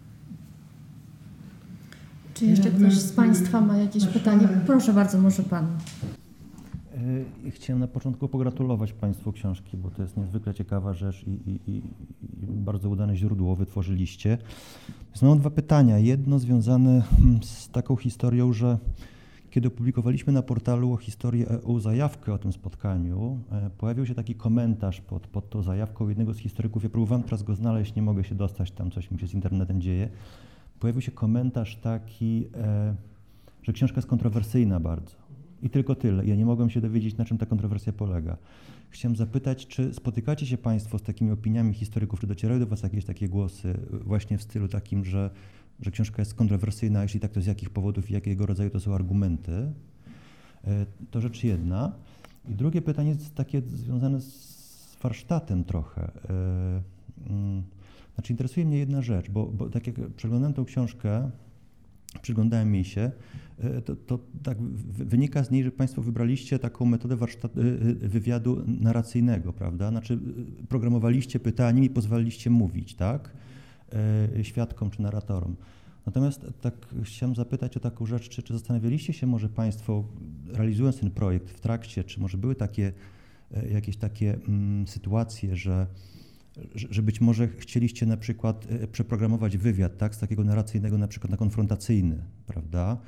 Czy jeszcze ktoś z Państwa ma jakieś pytanie? Proszę bardzo, może Pan. Chciałem na początku pogratulować Państwu książki, bo to jest niezwykle ciekawa rzecz i bardzo udane źródło wytworzyliście. Mam dwa pytania. Jedno związane z taką historią, że kiedy opublikowaliśmy na portalu o historii EU zajawkę o tym spotkaniu, pojawił się taki komentarz pod tą zajawką jednego z historyków. Ja próbowałem teraz go znaleźć, nie mogę się dostać, tam coś mi się z internetem dzieje. Pojawił się komentarz taki, że książka jest kontrowersyjna bardzo. I tylko tyle. Ja nie mogłem się dowiedzieć, na czym ta kontrowersja polega. Chciałem zapytać, czy spotykacie się Państwo z takimi opiniami historyków, czy docierają do Was jakieś takie głosy właśnie w stylu takim, że książka jest kontrowersyjna, a jeśli tak, to z jakich powodów i jakiego rodzaju to są argumenty? To rzecz jedna. I drugie pytanie jest takie związane z warsztatem trochę. Znaczy interesuje mnie jedna rzecz, bo tak jak przeglądałem tą książkę, przyglądałem jej się, to tak wynika z niej, że Państwo wybraliście taką metodę wywiadu narracyjnego, prawda? Znaczy programowaliście pytaniem i pozwaliliście mówić, tak? Świadkom czy narratorom. Natomiast tak chciałem zapytać o taką rzecz, czy zastanawialiście się może Państwo, realizując ten projekt w trakcie, czy może były jakieś takie sytuacje, że być może chcieliście na przykład przeprogramować wywiad, tak, z takiego narracyjnego na przykład na konfrontacyjny, prawda,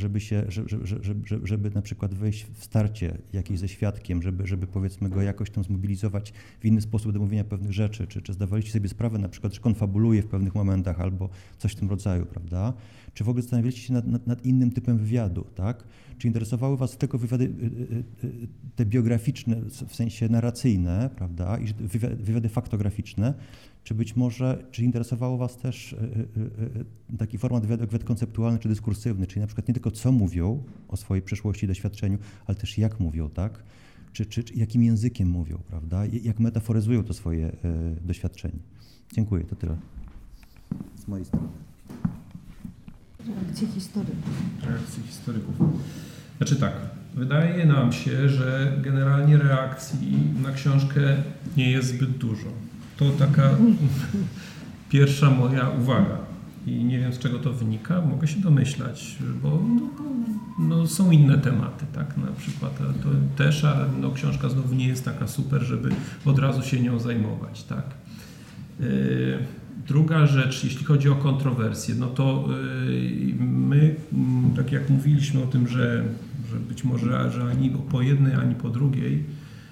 żeby na przykład wejść w starcie jakieś ze świadkiem, żeby powiedzmy go jakoś tam zmobilizować w inny sposób do mówienia pewnych rzeczy, czy zdawaliście sobie sprawę na przykład, że konfabuluje w pewnych momentach albo coś w tym rodzaju, prawda? Czy w ogóle zastanawialiście się nad innym typem wywiadu, tak? Czy interesowały Was tylko wywiady te biograficzne, w sensie narracyjne, prawda, i wywiady faktograficzne, czy być może, czy interesowało Was też taki format wywiadu jak wywiad konceptualny czy dyskursywny, czyli na przykład nie tylko co mówią o swojej przeszłości i doświadczeniu, ale też jak mówią, tak? Czy jakim językiem mówią, prawda? Jak metaforyzują to swoje doświadczenie. Dziękuję, to tyle z mojej strony. Reakcje historyków. Znaczy tak, wydaje nam się, że generalnie reakcji na książkę nie jest zbyt dużo. To taka pierwsza moja uwaga i nie wiem, z czego to wynika, mogę się domyślać, bo są inne tematy, tak, na przykład to też, ale książka znowu nie jest taka super, żeby od razu się nią zajmować, tak. Druga rzecz, jeśli chodzi o kontrowersje, no to my, tak jak mówiliśmy o tym, że być może, że ani po jednej, ani po drugiej,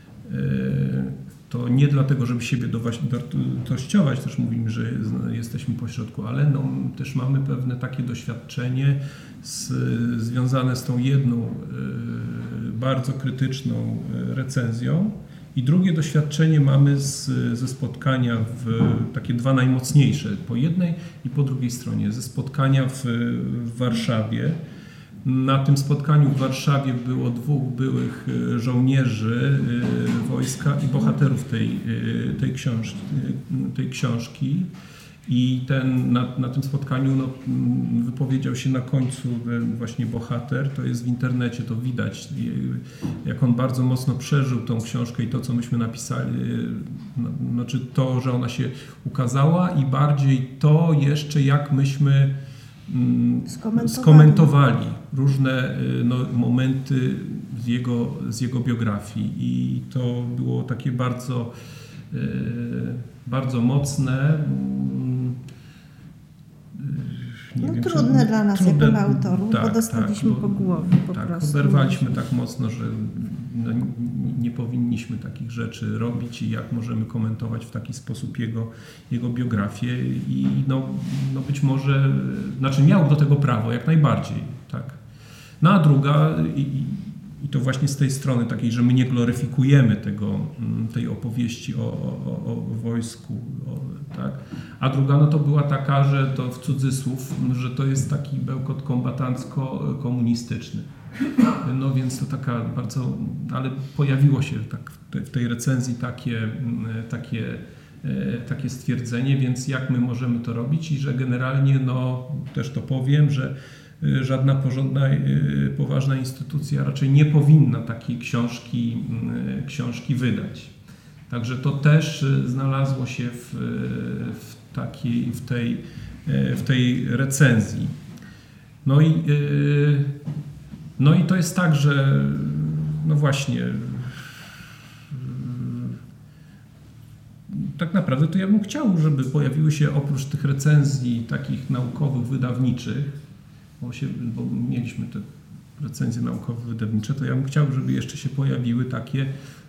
to nie dlatego, żeby siebie dowartościować, też mówimy, że jesteśmy pośrodku, ale też mamy pewne takie doświadczenie związane z tą jedną bardzo krytyczną recenzją i drugie doświadczenie mamy ze spotkania takie dwa najmocniejsze, po jednej i po drugiej stronie, ze spotkania w Warszawie. Na tym spotkaniu w Warszawie było 2 byłych żołnierzy wojska i bohaterów tej książki. I na tym spotkaniu wypowiedział się na końcu właśnie bohater, to jest w internecie, to widać, jak on bardzo mocno przeżył tą książkę i to, co myśmy napisali, znaczy to, że ona się ukazała i bardziej to jeszcze, jak myśmy skomentowali różne momenty z jego biografii i to było takie bardzo, bardzo mocne. Trudne dla nas jako autorów, bo dostaliśmy po głowie po prostu. Oberwaliśmy tak mocno, że nie powinniśmy takich rzeczy robić i jak możemy komentować w taki sposób jego biografię i być może, znaczy miał do tego prawo, jak najbardziej, tak. No a druga i to właśnie z tej strony takiej, że my nie gloryfikujemy tej opowieści o wojsku, tak? A druga to była taka, że to w cudzysłów, że to jest taki bełkot kombatancko-komunistyczny. No więc to taka bardzo, ale pojawiło się tak w tej recenzji takie stwierdzenie, więc jak my możemy to robić i że generalnie, też to powiem, że żadna porządna, poważna instytucja raczej nie powinna takiej książki wydać. Także to też znalazło się w tej recenzji. No i to jest tak, że właśnie tak naprawdę to ja bym chciał, żeby pojawiły się oprócz tych recenzji takich naukowych, wydawniczych, bo mieliśmy te recenzje naukowe, wydawnicze, to ja bym chciał, żeby jeszcze się pojawiły takie,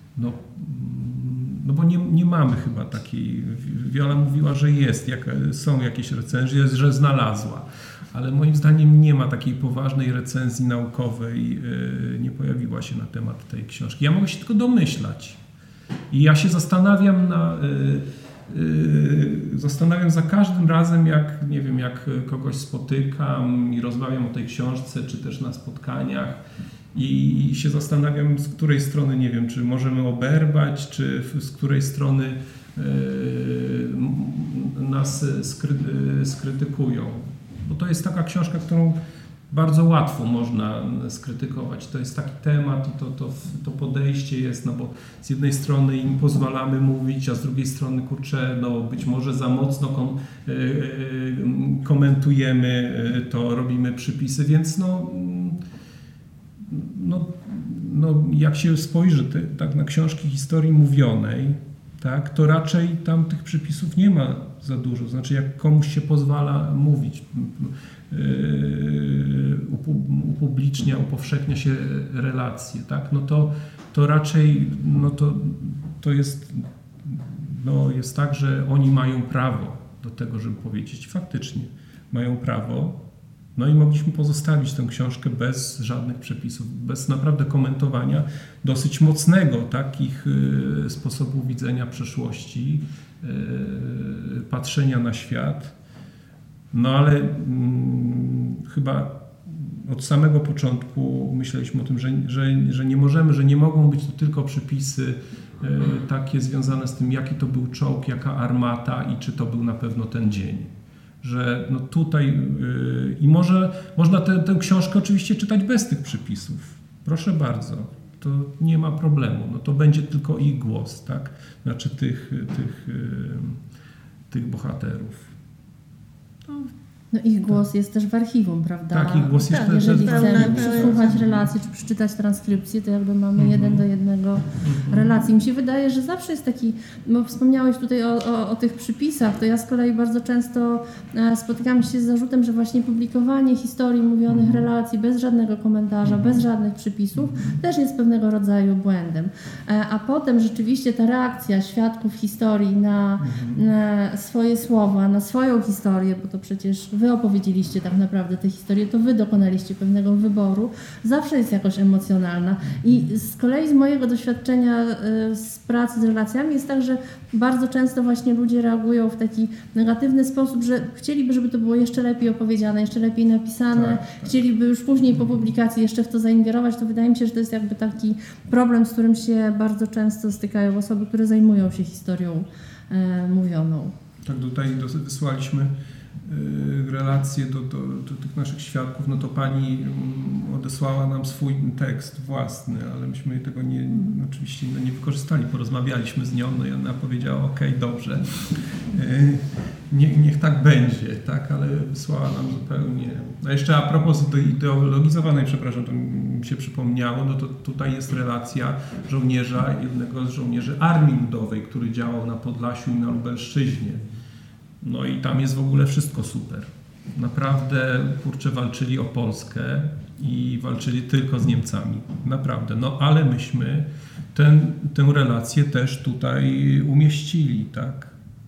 bo nie mamy chyba takiej, Wiola mówiła, że są jakieś recenzje, że znalazła, ale moim zdaniem nie ma takiej poważnej recenzji naukowej, nie pojawiła się na temat tej książki. Ja mogę się tylko domyślać i ja się zastanawiam za każdym razem, jak kogoś spotykam i rozmawiam o tej książce, czy też na spotkaniach i się zastanawiam, z której strony, nie wiem, czy możemy oberwać, czy z której strony nas skrytykują. Bo to jest taka książka, którą bardzo łatwo można skrytykować. To jest taki temat i to podejście jest, no bo z jednej strony im pozwalamy mówić, a z drugiej strony, kurczę, no być może za mocno komentujemy to, robimy przypisy, więc no jak się spojrzy tak na książki historii mówionej, tak, to raczej tam tych przypisów nie ma za dużo. Znaczy, jak komuś się pozwala mówić, upublicznia, upowszechnia się relacje, tak, no to raczej to jest, jest tak, że oni mają prawo do tego, żeby powiedzieć. Faktycznie mają prawo. No i mogliśmy pozostawić tę książkę bez żadnych przepisów, bez naprawdę komentowania dosyć mocnego takich sposobów widzenia przeszłości, patrzenia na świat. No ale chyba od samego początku myśleliśmy o tym, że nie możemy, że nie mogą być to tylko przepisy takie związane z tym, jaki to był czołg, jaka armata i czy to był na pewno ten dzień. Że no tutaj i można tę książkę oczywiście czytać bez tych przypisów. Proszę bardzo, to nie ma problemu. No to będzie tylko ich głos, tak? Znaczy tych bohaterów. No ich głos jest też w archiwum, prawda? Tak, ich głos jest też. Jeżeli chcemy przesłuchać relacje czy przeczytać transkrypcję, to jakby mamy 1 do 1 relacji. Mi się wydaje, że zawsze jest taki, bo wspomniałeś tutaj o tych przypisach, to ja z kolei bardzo często spotykam się z zarzutem, że właśnie publikowanie historii mówionych relacji bez żadnego komentarza, bez żadnych przypisów też jest pewnego rodzaju błędem. A potem rzeczywiście ta reakcja świadków historii na swoje słowa, na swoją historię, bo to przecież wy opowiedzieliście tak naprawdę tę historię, to wy dokonaliście pewnego wyboru, zawsze jest jakoś emocjonalna. I z kolei z mojego doświadczenia z pracy z relacjami jest tak, że bardzo często właśnie ludzie reagują w taki negatywny sposób, że chcieliby, żeby to było jeszcze lepiej opowiedziane, jeszcze lepiej napisane, chcieliby już później po publikacji jeszcze w to zaingerować. To wydaje mi się, że to jest jakby taki problem, z którym się bardzo często stykają osoby, które zajmują się historią mówioną. Tak, tutaj wysłaliśmy relacje do tych naszych świadków, no to pani odesłała nam swój tekst własny, ale myśmy tego oczywiście nie wykorzystali, porozmawialiśmy z nią, no i ona powiedziała, okej, dobrze, niech tak będzie, tak, ale wysłała nam zupełnie. A jeszcze a propos ideologizowanej, przepraszam, to mi się przypomniało, no to tutaj jest relacja jednego z żołnierzy Armii Ludowej, który działał na Podlasiu i na Lubelszczyźnie. No i tam jest w ogóle wszystko super. Naprawdę, kurczę, walczyli o Polskę i walczyli tylko z Niemcami. Naprawdę. No ale myśmy tę relację też tutaj umieścili, tak?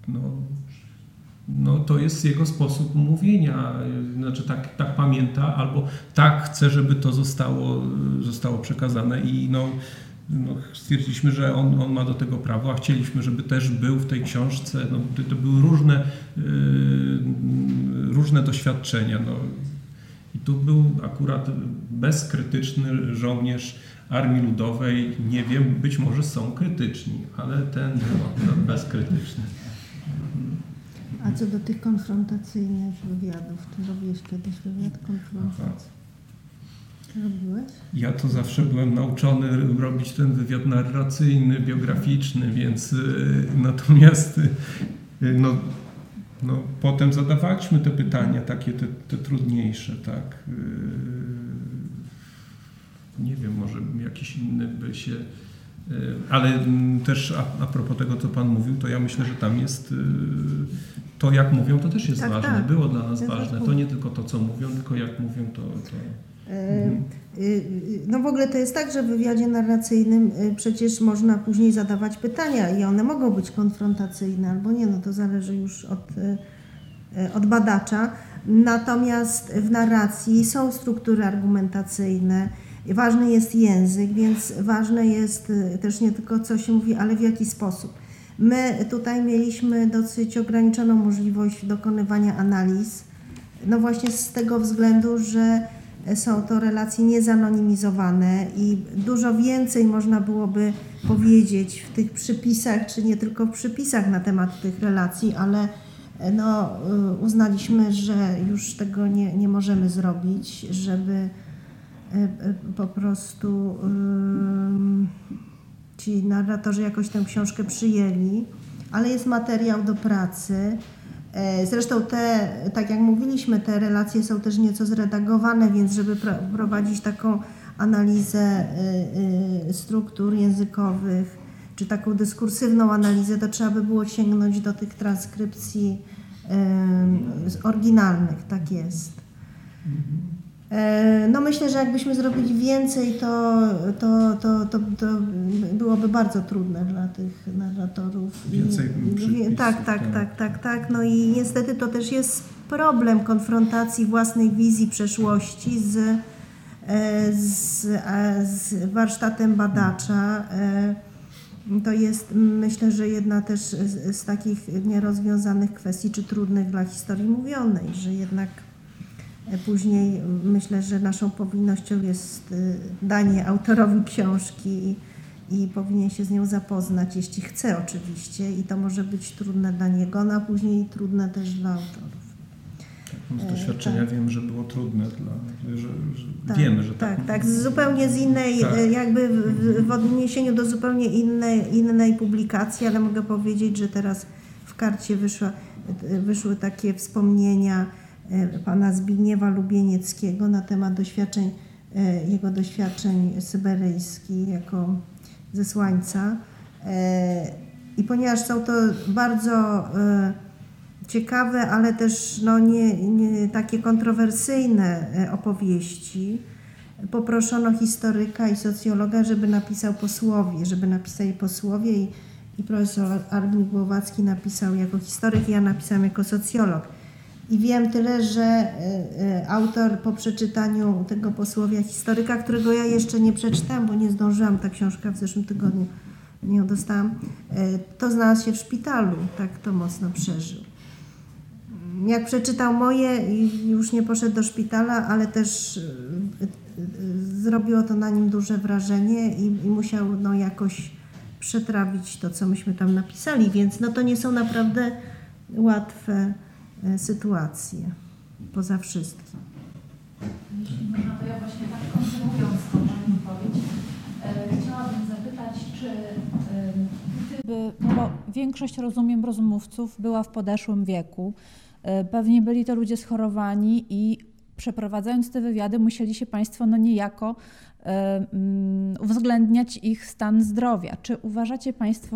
No to jest jego sposób mówienia. Znaczy tak pamięta, albo tak chce, żeby to zostało przekazane i stwierdziliśmy, że on ma do tego prawo, a chcieliśmy, żeby też był w tej książce. No, to były różne doświadczenia. No. I tu był akurat bezkrytyczny żołnierz Armii Ludowej. Nie wiem, być może są krytyczni, ale ten był akurat bezkrytyczny. A co do tych konfrontacyjnych wywiadów, ty robiłeś kiedyś wywiad konfrontacyjny? Robiłeś? Ja to zawsze byłem nauczony robić ten wywiad narracyjny, biograficzny, więc natomiast potem zadawaliśmy te pytania, takie te trudniejsze, tak. Nie wiem, może jakiś inny by się... Ale też a propos tego, co Pan mówił, to ja myślę, że tam jest to, jak mówią, to też jest ważne. Tak. Było dla nas ważne. To nie tylko to, co mówią, tylko jak mówią, to... No w ogóle to jest tak, że w wywiadzie narracyjnym przecież można później zadawać pytania i one mogą być konfrontacyjne albo nie, no to zależy już od badacza. Natomiast w narracji są struktury argumentacyjne, ważny jest język, więc ważne jest też nie tylko co się mówi, ale w jaki sposób. My tutaj mieliśmy dosyć ograniczoną możliwość dokonywania analiz, no właśnie z tego względu, że są to relacje niezanonimizowane i dużo więcej można byłoby powiedzieć w tych przypisach, czy nie tylko w przypisach na temat tych relacji, ale uznaliśmy, że już tego nie możemy zrobić, żeby po prostu ci narratorzy jakoś tę książkę przyjęli, ale jest materiał do pracy. Zresztą tak jak mówiliśmy, te relacje są też nieco zredagowane, więc żeby prowadzić taką analizę struktur językowych, czy taką dyskursywną analizę, to trzeba by było sięgnąć do tych transkrypcji oryginalnych, tak jest. Myślę, że jakbyśmy zrobili więcej, to byłoby bardzo trudne dla tych narratorów. Więcej przypisów. Tak. No i niestety to też jest problem konfrontacji własnej wizji przeszłości z warsztatem badacza. To jest, myślę, że jedna też z takich nierozwiązanych kwestii, czy trudnych dla historii mówionej, że jednak później myślę, że naszą powinnością jest danie autorowi książki i powinien się z nią zapoznać, jeśli chce oczywiście, i to może być trudne dla niego, no a później trudne też dla autorów. Z doświadczenia wiem, że było trudne, wiemy, że tak. Zupełnie z innej, jakby w odniesieniu do zupełnie innej publikacji, ale mogę powiedzieć, że teraz w Karcie wyszły takie wspomnienia pana Zbigniewa Lubienieckiego na temat jego doświadczeń syberyjskich jako zesłańca. I ponieważ są to bardzo ciekawe, ale też nie takie kontrowersyjne opowieści, poproszono historyka i socjologa, żeby napisali posłowie i profesor Armin Głowacki napisał jako historyk, ja napisałam jako socjolog. I wiem tyle, że autor po przeczytaniu tego posłowia historyka, którego ja jeszcze nie przeczytałam, bo nie zdążyłam, ta książka w zeszłym tygodniu nie ją dostałam, to znalazł się w szpitalu, tak to mocno przeżył. Jak przeczytał moje, już nie poszedł do szpitala, ale też zrobiło to na nim duże wrażenie i musiał jakoś przetrawić to, co myśmy tam napisali, więc to nie są naprawdę łatwe sytuacje, poza wszystkim. Jeśli można, to ja właśnie tak kontynuując tą wypowiedź, chciałabym zapytać, czy gdyby, bo większość, rozumiem, rozmówców była w podeszłym wieku, pewnie byli to ludzie schorowani i przeprowadzając te wywiady musieli się Państwo niejako uwzględniać ich stan zdrowia. Czy uważacie Państwo,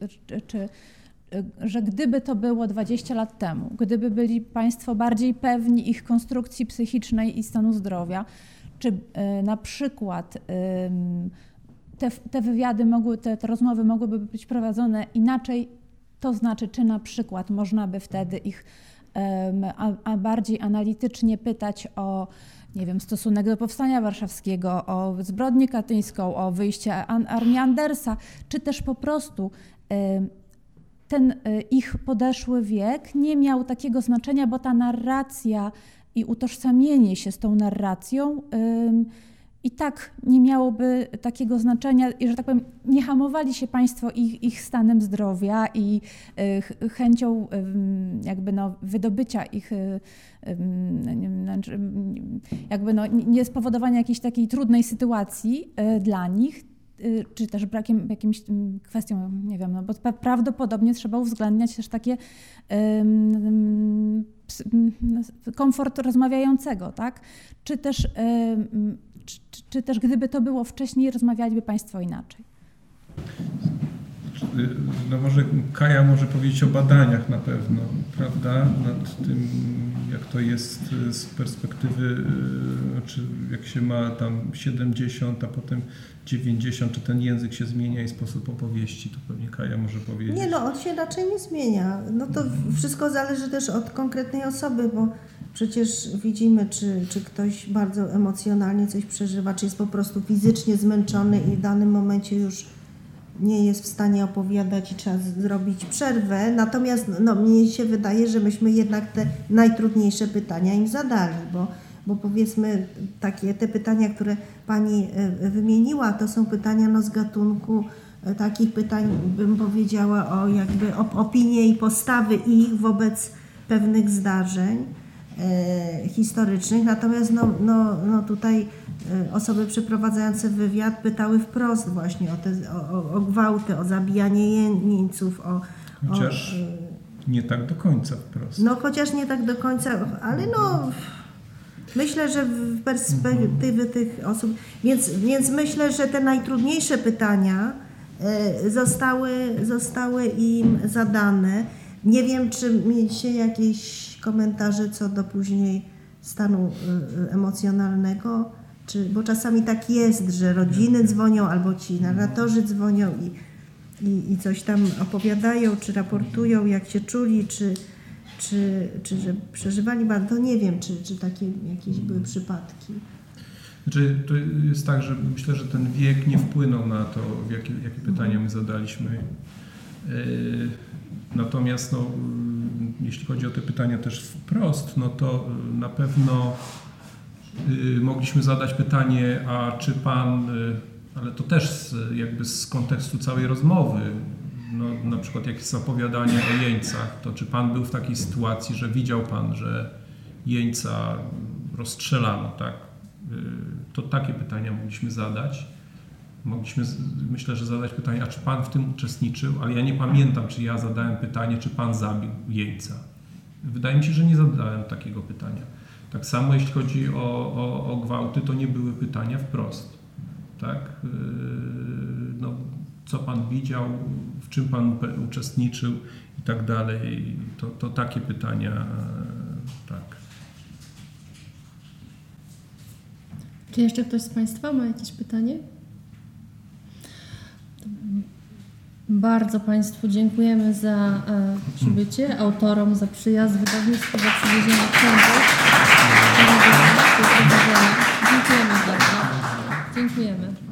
że gdyby to było 20 lat temu, gdyby byli Państwo bardziej pewni ich konstrukcji psychicznej i stanu zdrowia, czy na przykład te wywiady te rozmowy mogłyby być prowadzone inaczej, to znaczy, czy na przykład można by wtedy ich bardziej analitycznie pytać o, nie wiem, stosunek do Powstania Warszawskiego, o zbrodnię katyńską, o wyjście armii Andersa, czy też po prostu ten ich podeszły wiek nie miał takiego znaczenia, bo ta narracja i utożsamienie się z tą narracją i tak nie miałoby takiego znaczenia, i że tak powiem, nie hamowali się Państwo ich stanem zdrowia i chęcią jakby wydobycia ich, jakby nie spowodowania jakiejś takiej trudnej sytuacji dla nich, czy też brakiem jakimś kwestią, nie wiem, bo prawdopodobnie trzeba uwzględniać też takie komfort rozmawiającego, tak? Czy też gdyby to było wcześniej, rozmawialiby Państwo inaczej? Może Kaja może powiedzieć o badaniach na pewno, prawda? Nad tym, jak to jest z perspektywy, czy jak się ma tam 70, a potem 90, czy ten język się zmienia i sposób opowieści, to pewnie Kaja może powiedzieć. Nie, on się raczej nie zmienia. To wszystko zależy też od konkretnej osoby, bo przecież widzimy, czy ktoś bardzo emocjonalnie coś przeżywa, czy jest po prostu fizycznie zmęczony i w danym momencie już nie jest w stanie opowiadać i trzeba zrobić przerwę. Natomiast mnie się wydaje, że myśmy jednak te najtrudniejsze pytania im zadali, bo powiedzmy te pytania, które Pani wymieniła, to są pytania z gatunku takich pytań, bym powiedziała, o jakby opinię i postawy ich wobec pewnych zdarzeń historycznych, natomiast tutaj osoby przeprowadzające wywiad pytały wprost właśnie o gwałty, o zabijanie jeńców, Chociaż nie tak do końca wprost. No chociaż nie tak do końca, ale myślę, że w perspektywie tych osób, więc myślę, że te najtrudniejsze pytania zostały im zadane. Nie wiem, czy mieliście jakieś komentarze co do później stanu emocjonalnego, bo czasami tak jest, że rodziny dzwonią albo ci narratorzy dzwonią i coś tam opowiadają, czy raportują, jak się czuli, czy że przeżywali bardzo. To nie wiem, czy takie jakieś były przypadki. Znaczy, to jest tak, że myślę, że ten wiek nie wpłynął na to, jakie pytania my zadaliśmy. Natomiast jeśli chodzi o te pytania też wprost, to na pewno mogliśmy zadać pytanie, a czy pan, ale to też jakby z kontekstu całej rozmowy, na przykład jakieś opowiadanie o jeńcach, to czy pan był w takiej sytuacji, że widział pan, że jeńca rozstrzelano, tak? To takie pytania mogliśmy zadać. Mogliśmy, myślę, że zadać pytanie, a czy pan w tym uczestniczył, ale ja nie pamiętam, czy ja zadałem pytanie, czy pan zabił jeńca. Wydaje mi się, że nie zadałem takiego pytania. Tak samo jeśli chodzi o gwałty, to nie były pytania wprost. Tak? Co pan widział, w czym pan uczestniczył i tak dalej. To takie pytania, tak. Czy jeszcze ktoś z Państwa ma jakieś pytanie? Bardzo Państwu dziękujemy za przybycie, autorom za przyjazd, wydawnictwu za przywiezienie książek. Dziękujemy bardzo. Dziękujemy.